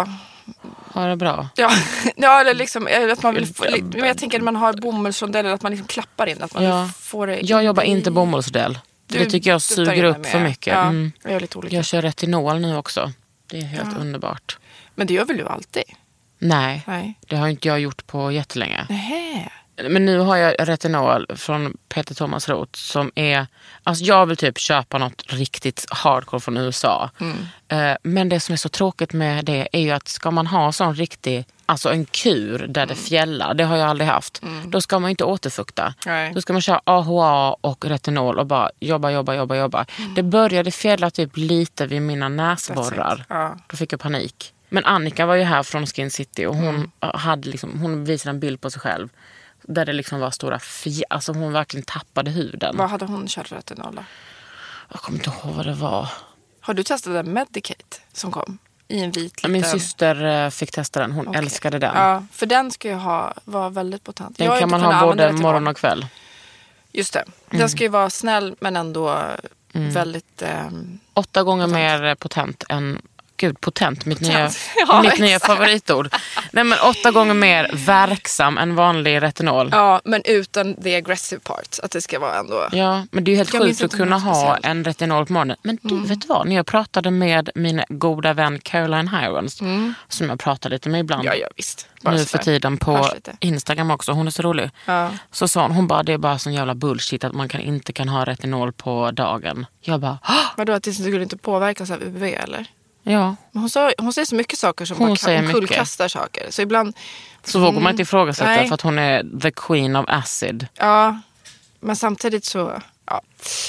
ha det bra. Ja, eller liksom att man vill få, men jag tänker att man har bomullsrondeller, att man liksom klappar in, att man får det. Jag jobbar inte bomullsrondell. Det tycker jag suger upp för mycket. Ja, jag är lite olika. Jag kör retinol nu också. Det är helt underbart. Men det gör väl du alltid? Nej, det har inte jag gjort på jättelänge. Nej. Men nu har jag retinol från Peter Thomas Roth som är... Alltså jag vill typ köpa något riktigt hardcore från USA. Men det som är så tråkigt med det är ju att ska man ha sån riktig... Alltså en kur där det fjällar, det har jag aldrig haft. Då ska man ju inte återfukta. Nej. Då ska man köra AHA och retinol och bara jobba. Det började fjälla typ lite vid mina näsborrar. Då fick jag panik. Men Annika var ju här från Skin City och hon visade en bild på sig själv. Där det liksom var stora alltså hon verkligen tappade huden. Vad hade hon kört för retinol då? Jag kommer inte ihåg vad det var. Har du testat den Medicate som kom? I en vit liten... Min syster fick testa den. Hon älskade den. Ja, för den ska ju vara väldigt potent. Den kan man ha både morgon och kväll. Just det. Den ska ju vara snäll men ändå väldigt... 8 gånger mer potent än Gud, potent. Mitt Ja, nya favoritord. Nej, men 8 gånger mer verksam än vanlig retinol. Ja, men utan the aggressive part. Att det ska vara ändå... Ja, men det är ju helt Jag minns sjukt att inte kunna något ha speciellt. en retinol på morgonen. Men du, vet du vad? När jag pratade med min goda vän Caroline Hirons, som jag pratar lite med ibland. Ja, visst. Bara Nu så för där. tiden på Hörs lite. Instagram också. Hon är så rolig. Ja. Så sa hon bara, det är bara sån jävla bullshit att man inte kan ha retinol på dagen. Jag bara, Vadå, att det skulle inte påverkas av UV, eller? ja. Men hon säger så mycket saker som Hon bara säger omkullkastar saker. Så ibland... Så vågar man inte ifrågasätta Nej. för att hon är the queen of acid. Ja, men samtidigt så... Ja.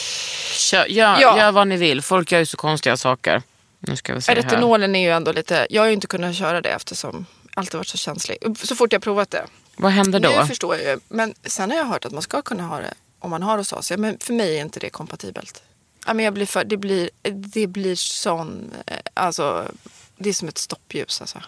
Gör vad ni vill. Folk gör ju så konstiga saker. Nu ska vi se här. Retinolen är ju ändå lite... Jag har ju inte kunnat köra det eftersom jag alltid varit så känslig. Så fort jag provat det. Vad händer då? Nu förstår jag ju. Men sen har jag hört att man ska kunna ha det om man har rosacea. Men för mig är inte det kompatibelt. Ja, men det blir sån... Alltså, det är som ett stoppljus. Alltså.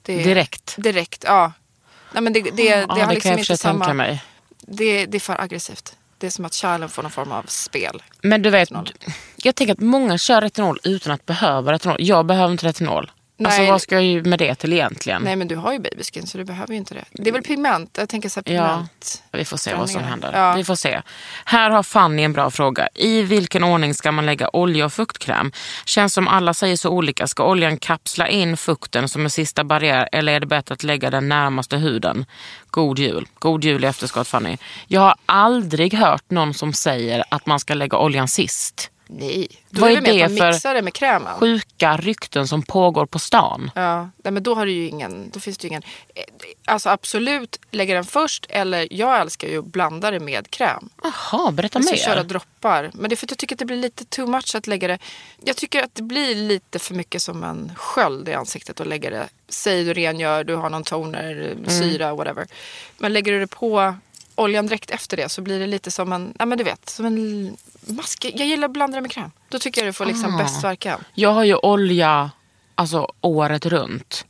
Direkt, ja. Nej, men det har det liksom kan jag inte tänka samma... mig. Det är för aggressivt. Det är som att kärlen får någon form av spel. Men du vet, jag tänker att många kör retinol utan att behöva retinol. Jag behöver inte retinol. Nej. Alltså vad ska jag ju med det till egentligen? Nej, men du har ju babyskin så du behöver ju inte det. Det är väl pigment? Jag tänker så här pigment. Ja, vi får se vad som händer. Ja. Vi får se. Här har Fanny en bra fråga. I vilken ordning ska man lägga olja och fuktkräm? Känns som alla säger så olika. Ska oljan kapsla in fukten som en sista barriär eller är det bättre att lägga den närmaste huden? God jul. God jul i efterskott, Fanny. Jag har aldrig hört någon som säger att man ska lägga oljan sist. Nej. Då Vad är är det med att det man mixar för det med krämen. sjuka rykten som pågår på stan? Ja, nej, men då har du ju ingen, då finns det ju ingen. Alltså absolut, lägga den först eller jag älskar ju att blanda det med kräm. Jaha, berätta Jag ska mer. köra droppar. Men det är för att jag tycker att det blir lite too much att lägga det. Jag tycker att det blir lite för mycket som en sköld i ansiktet att lägga det. Säg du rengör, du har någon toner, syra, whatever. Men lägger du det på oljan direkt efter det så blir det lite som en, ja men du vet, som en mask. Jag gillar att blanda det med kräm. Då tycker jag det får liksom bäst verkan. Jag har ju olja alltså året runt.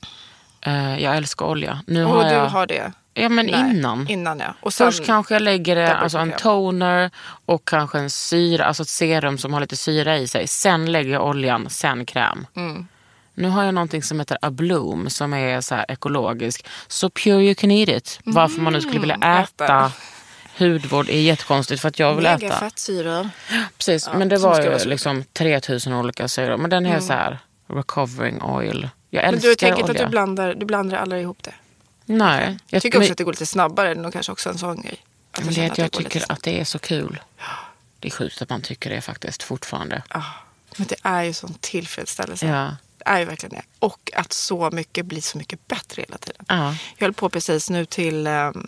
Jag älskar olja. Nu Och har du jag... har det? Ja, men Nej, innan. Innan, ja. Och sen, Först kanske jag lägger det, alltså en kräm. toner och kanske en syra, alltså ett serum som har lite syra i sig. Sen lägger jag oljan, sen kräm. Nu har jag någonting som heter A Bloom som är så här ekologisk. So pure you can eat it. Varför man nu skulle vilja äta hudvård är jättekonstigt för att jag vill äta. Mega fettsyror. Precis, Ja, men det som var ska ju vara så. liksom 3000 olika syror. Men den är så här recovering oil. Jag Men älskar du tänker inte olja. att du blandar alla ihop det? Nej. Jag tycker också att det går lite snabbare. Det är nog kanske också en sån grej. Att Men det känner är att jag går lite tycker att det är så kul. Det är sjukt att man tycker det faktiskt fortfarande. Ja, men det är ju sån tillfredsställelse. Ja. Det är ju verkligen det. Och att så mycket blir så mycket bättre hela tiden. Ja. Jag höll på precis nu till...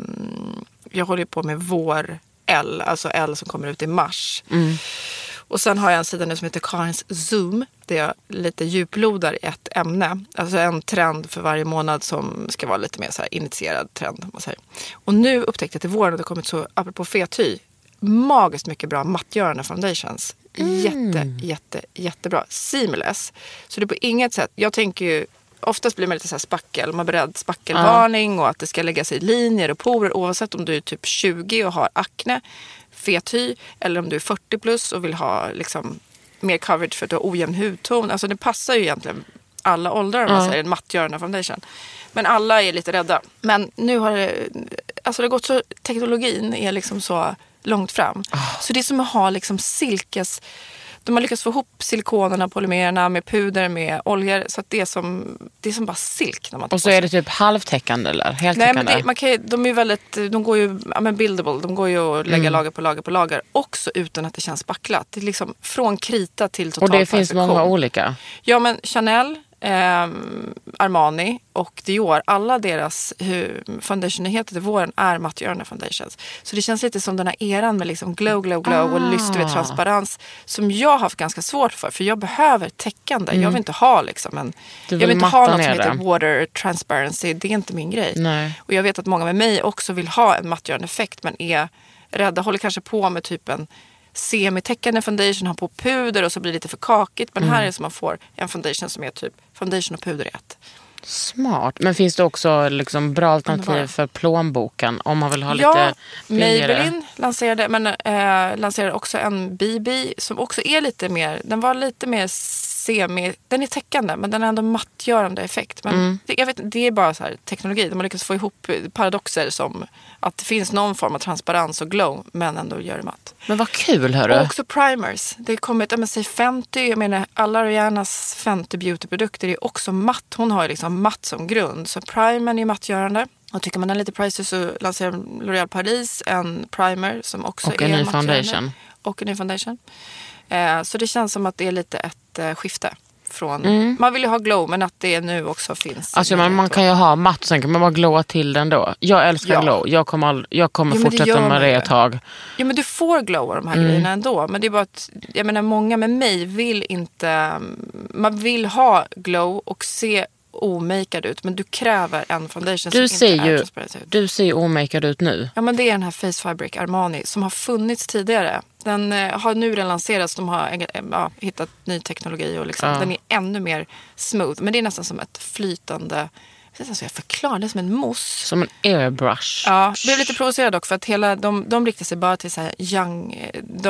jag håller på med vår L. Alltså L som kommer ut i mars. Och sen har jag en sida nu som heter Karins Zoom. Där jag lite djuplodar i ett ämne. Alltså en trend för varje månad som ska vara lite mer så här initierad trend. Man säger. Och nu upptäckte jag till våren att det kommit så, apropå fethy, magiskt mycket bra mattgörande foundations. Jättebra. Seamless. Så det är på inget sätt, jag tänker ju, oftast blir man lite så här spackel, man är beredd spackelvarning och att det ska lägga sig i linjer och porer oavsett om du är typ 20 och har akne, fethy eller om du är 40 plus och vill ha liksom mer coverage för att du har ojämn hudton. Alltså det passar ju egentligen alla åldrar om man säger en mattgörande foundation. Men alla är lite rädda. Men nu har det gått så, teknologin är liksom så långt fram. Så det är som att ha liksom silkes... De har lyckats få ihop silikonerna, polymererna med puder, med oljor. Så att det är som bara silk. När man tar Och så på sig. är det typ halvtäckande eller Nej, heltäckande? men de är väldigt, de går ju buildable. De går ju att lägga lager på lager på lager. Också utan att det känns spacklat. Det är liksom från krita till total Och det perfektion. finns många olika? Ja, men Chanel, Armani och Dior, alla deras foundationnyheter till våren är mattgörande foundations. Så det känns lite som den här eran med liksom glow och lyster vid transparens som jag har haft ganska svårt för jag behöver täckande. Jag vill inte ha liksom jag vill inte ha något som heter water transparency. Det är inte min grej. Nej. Och jag vet att många med mig också vill ha en mattgörande effekt men är rädda, håller kanske på med typ en semitäckande foundation, har på puder och så blir det lite för kakigt. Men här är det som man får en foundation som är typ foundation och puder i ett. Smart. Men finns det också liksom bra alternativ för plånboken om man vill ha lite billigare? Maybelline lanserade också en BB som också är lite mer, den var lite mer den är täckande men den har ändå mattgörande effekt. Men jag vet, det är bara så här teknologi. De har lyckats få ihop paradoxer som att det finns någon form av transparens och glow men ändå gör det matt. Men vad kul, hörru. Och också primers. Det har kommit, säg Fenty, jag menar alla Rihannas Fenty beautyprodukter är också matt. Hon har ju liksom matt som grund. Så primern är mattgörande. Och tycker man är lite pricey så lanserar L'Oréal Paris en primer som också och är en ny mattgörande. foundation. Och en ny foundation. Så det känns som att det är lite ett skifte. Från, man vill ju ha glow men att det nu också finns. Alltså man kan ju ha matt, sen kan man bara glowa till den då. Jag älskar glow. Jag kommer fortsätta med det ett tag. Ja men du får glow av de här grejerna ändå. Men det är bara att, jag menar många med mig vill inte, man vill ha glow och se omakead ut, men du kräver en foundation som inte är transparent ut. Du ser ju omakead ut nu. Ja, men det är den här Face Fabric Armani som har funnits tidigare. Den har nu lanserats, de har hittat ny teknologi och liksom, den är ännu mer smooth. Men det är nästan som ett flytande, jag förklarar det som en mousse. Som en airbrush. Ja, jag blev lite provocerad dock för att hela, de riktar sig bara till så här young,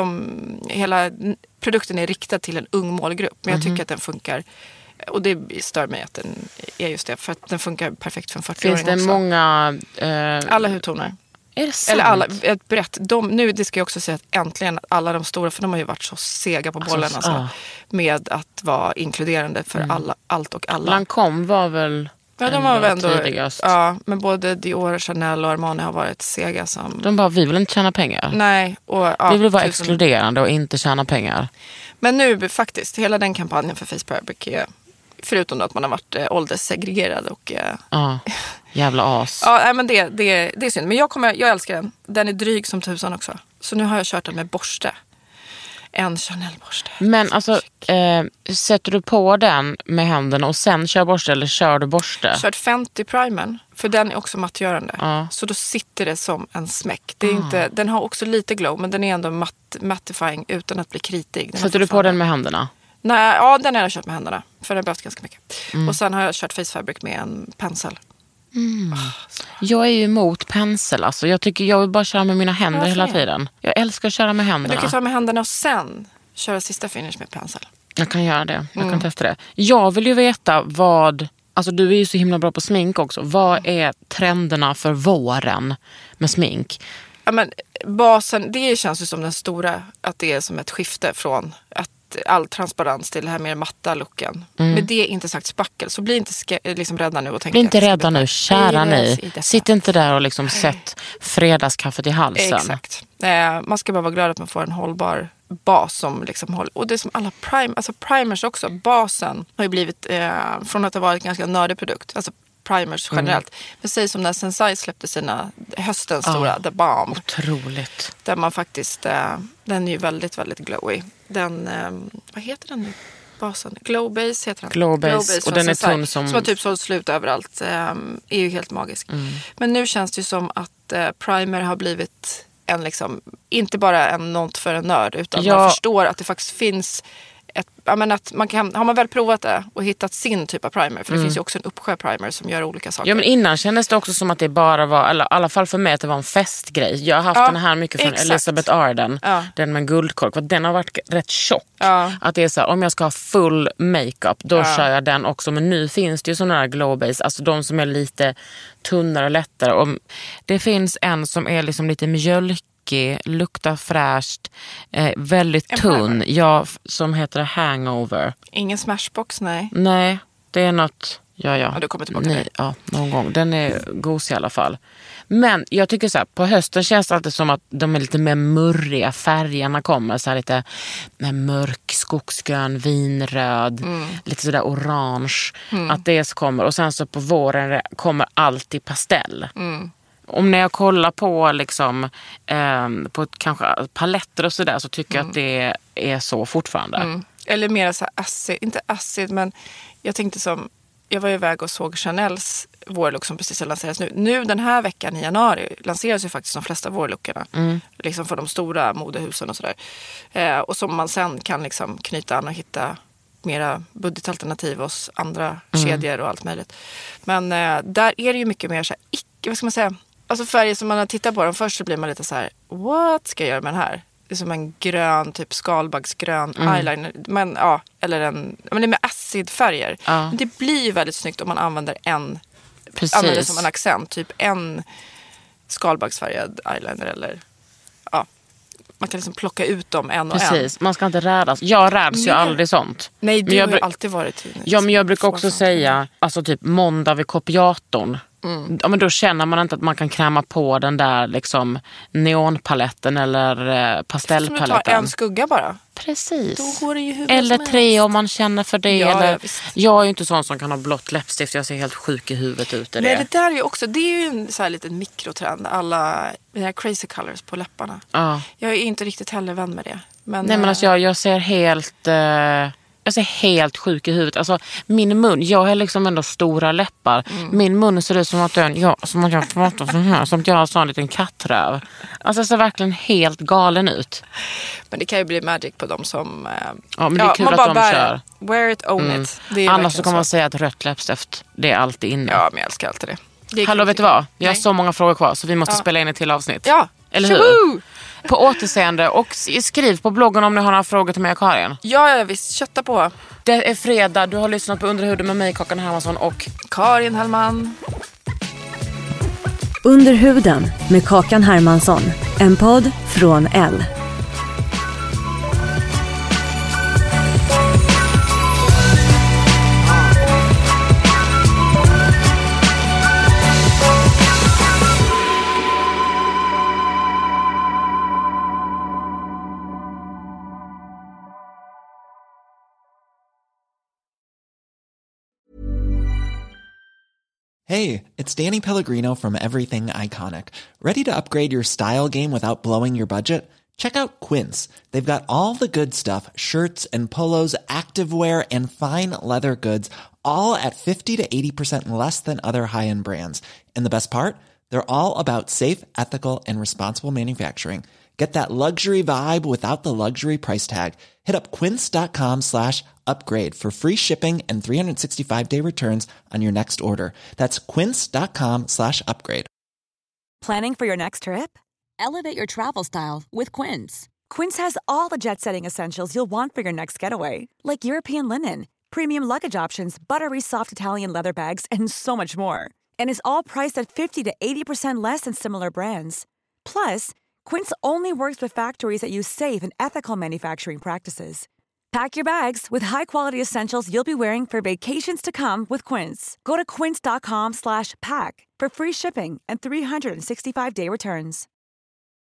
hela produkten är riktad till en ung målgrupp. Men jag tycker att den funkar. Och det stör mig att den är just det. För att den funkar perfekt för en 40-åring också. Finns det många... alla hudtoner. Är det sant? Eller alla, ett brett. Nu, det ska jag också säga att äntligen alla de stora, för de har ju varit så sega på bollen. Med att vara inkluderande för allt och alla. Lancôme var väl... Ja, de var ändå tidigast. Ja, men både Dior, Chanel och Armani har varit sega som... De bara, vi vill inte tjäna pengar. Nej. Och, vi vill vara exkluderande och inte tjäna pengar. Men nu faktiskt, hela den kampanjen för Face Fabric är... Förutom då att man har varit ålderssegregerad och... jävla as. Ja, men det är synd. Men jag älskar den. Den är dryg som tusan också. Så nu har jag kört den med borste. En Chanel-borste. Men alltså, sätter du på den med händerna och sen kör borste eller kör du borste? Kört Fenty Primern, för den är också mattgörande. Så då sitter det som en smäck. Det är inte, den har också lite glow, men den är ändå mattifying utan att bli kritig. Sätter du på den med händerna? Nej, ja, den har jag kört med händerna. För den har behövt ganska mycket. Och sen har jag kört Face Fabric med en pensel. Jag är ju emot pensel. Alltså. Jag vill bara köra med mina händer hela tiden. Jag älskar att köra med händerna. Men du kan köra med händerna och sen köra sista finish med pensel. Jag kan göra det. Jag kan testa det. Jag vill ju veta vad... Alltså du är ju så himla bra på smink också. Vad är trenderna för våren med smink? Ja, men basen, det känns ju som den stora. Att det är som ett skifte från att all transparens till det här mer matta looken. Men det är inte sagt spackel. Så bli inte liksom rädda nu och tänka... Bli inte rädda nu, kära ni. Sitt inte där och liksom sätt fredagskaffet i halsen. Exakt. Man ska bara vara glad att man får en hållbar bas som liksom håller. Och det är som alla primers också. Basen har ju blivit från att ha varit en ganska nördig produkt. Alltså primers generellt. Men säg som när Sensai släppte sina höstens stora The Balm. Otroligt. Där man faktiskt, den är ju väldigt, väldigt glowy. Den, vad heter den nu? Basen? Glowbase heter den. Glowbase och den är tunn som har typ sålt slut överallt. Är ju helt magisk. Men nu känns det ju som att primer har blivit en liksom, inte bara en något för en nörd, utan man förstår att det faktiskt finns att man kan, har man väl provat det och hittat sin typ av primer, för det finns ju också en uppsjö primer som gör olika saker. Ja, men innan kändes det också som att det bara var, eller i alla fall för mig, att det var en festgrej. Jag har haft den här mycket från Elizabeth Arden, den med guldkork, för den har varit rätt tjock. Att det är så här, om jag ska ha full makeup, då kör jag den också. Men nu finns det ju sådana här glowbase, alltså de som är lite tunnare och lättare. Och det finns en som är liksom lite mjölk, luktar fräscht, väldigt tunn, som heter Hangover. Ingen Smashbox, nej. Nej, det är något... Ja, du kommer tillbaka till ja, någon gång. Den är gos i alla fall. Men jag tycker så här, på hösten känns det alltid som att de är lite mer murriga, färgerna kommer så här lite med mörk, skogsgrön, vinröd, lite sådär orange, att det kommer. Och sen så på våren kommer alltid pastell. Om när jag kollar på liksom, på kanske paletter och sådär, så tycker jag att det är så fortfarande. Eller mer så här acid, inte acid, men jag tänkte som, jag var iväg och såg Chanels vårlook som precis har lanserats nu. Nu den här veckan i januari lanseras ju faktiskt de flesta vårlookarna. Liksom för de stora modehusen och sådär. Och som man sen kan liksom knyta an och hitta mera budgetalternativ hos andra kedjor och allt möjligt. Men där är det ju mycket mer så här, vad ska man säga? Alltså färger som man har tittat på dem först, så blir man lite så här, what ska jag göra med den här? som en grön, typ skalbaggsgrön eyeliner. Men, ja, eller men det är med acidfärger. Ja. Men det blir ju väldigt snyggt om man använder Precis. använder det som en accent. Typ en skalbaggsfärgad eyeliner eller man kan liksom plocka ut dem en och Precis, man ska inte rädas. Jag räds ju aldrig sånt. Nej, du men har ju alltid varit Ja, men jag brukar också säga, alltså typ måndag vid kopiatorn. Ja, men då känner man inte att man kan kräma på den där liksom neonpaletten eller pastellpaletten. Som du tar en skugga bara. Precis. Då går det ju eller 3 om man känner för det. Ja, eller... Jag är ju inte sån som kan ha blått läppstift. Jag ser helt sjuk i huvudet ut i det. Nej, det där är ju också, det är ju en så här liten mikrotrend. Alla den här crazy colors på läpparna. Ja. Jag är inte riktigt heller vän med det. Men, nej, men alltså jag ser helt... Jag ser helt sjuk i huvudet. Alltså, min mun, jag har liksom ändå stora läppar. Min mun ser ut som att som att jag pratar så här. Som att jag har sån liten kattröv. Alltså jag ser verkligen helt galen ut. Men det kan ju bli magic på dem som... Ja, men det är kul att de kör. Wear it, own it. Det är annars så kan man säga att rött läppstift, det är alltid inne. Ja, men jag älskar alltid det. Hallå, vet du vad? Jag har så många frågor kvar så vi måste spela in ett till avsnitt. Ja, eller hur? På återseende, och skriv på bloggen om ni har några frågor till mig och Karin. Ja, visst. Kötta på. Det är fredag, du har lyssnat på Under huden med mig, Kakan Hermansson och Karin Hellman. Under huden med Kakan Hermansson. En podd från Elle. Hey, it's Danny Pellegrino from Everything Iconic. Ready to upgrade your style game without blowing your budget? Check out Quince. They've got all the good stuff, shirts and polos, activewear, and fine leather goods, all at 50 to 80% less than other high-end brands. And the best part? They're all about safe, ethical, and responsible manufacturing. Get that luxury vibe without the luxury price tag. Hit up quince.com/upgrade for free shipping and 365-day returns on your next order. That's quince.com/upgrade. Planning for your next trip? Elevate your travel style with Quince. Quince has all the jet-setting essentials you'll want for your next getaway, like European linen, premium luggage options, buttery soft Italian leather bags, and so much more. And is all priced at 50 to 80% less than similar brands. Plus, Quince only works with factories that use safe and ethical manufacturing practices. Pack your bags with high-quality essentials you'll be wearing for vacations to come with Quince. Go to quince.com/pack for free shipping and 365-day returns.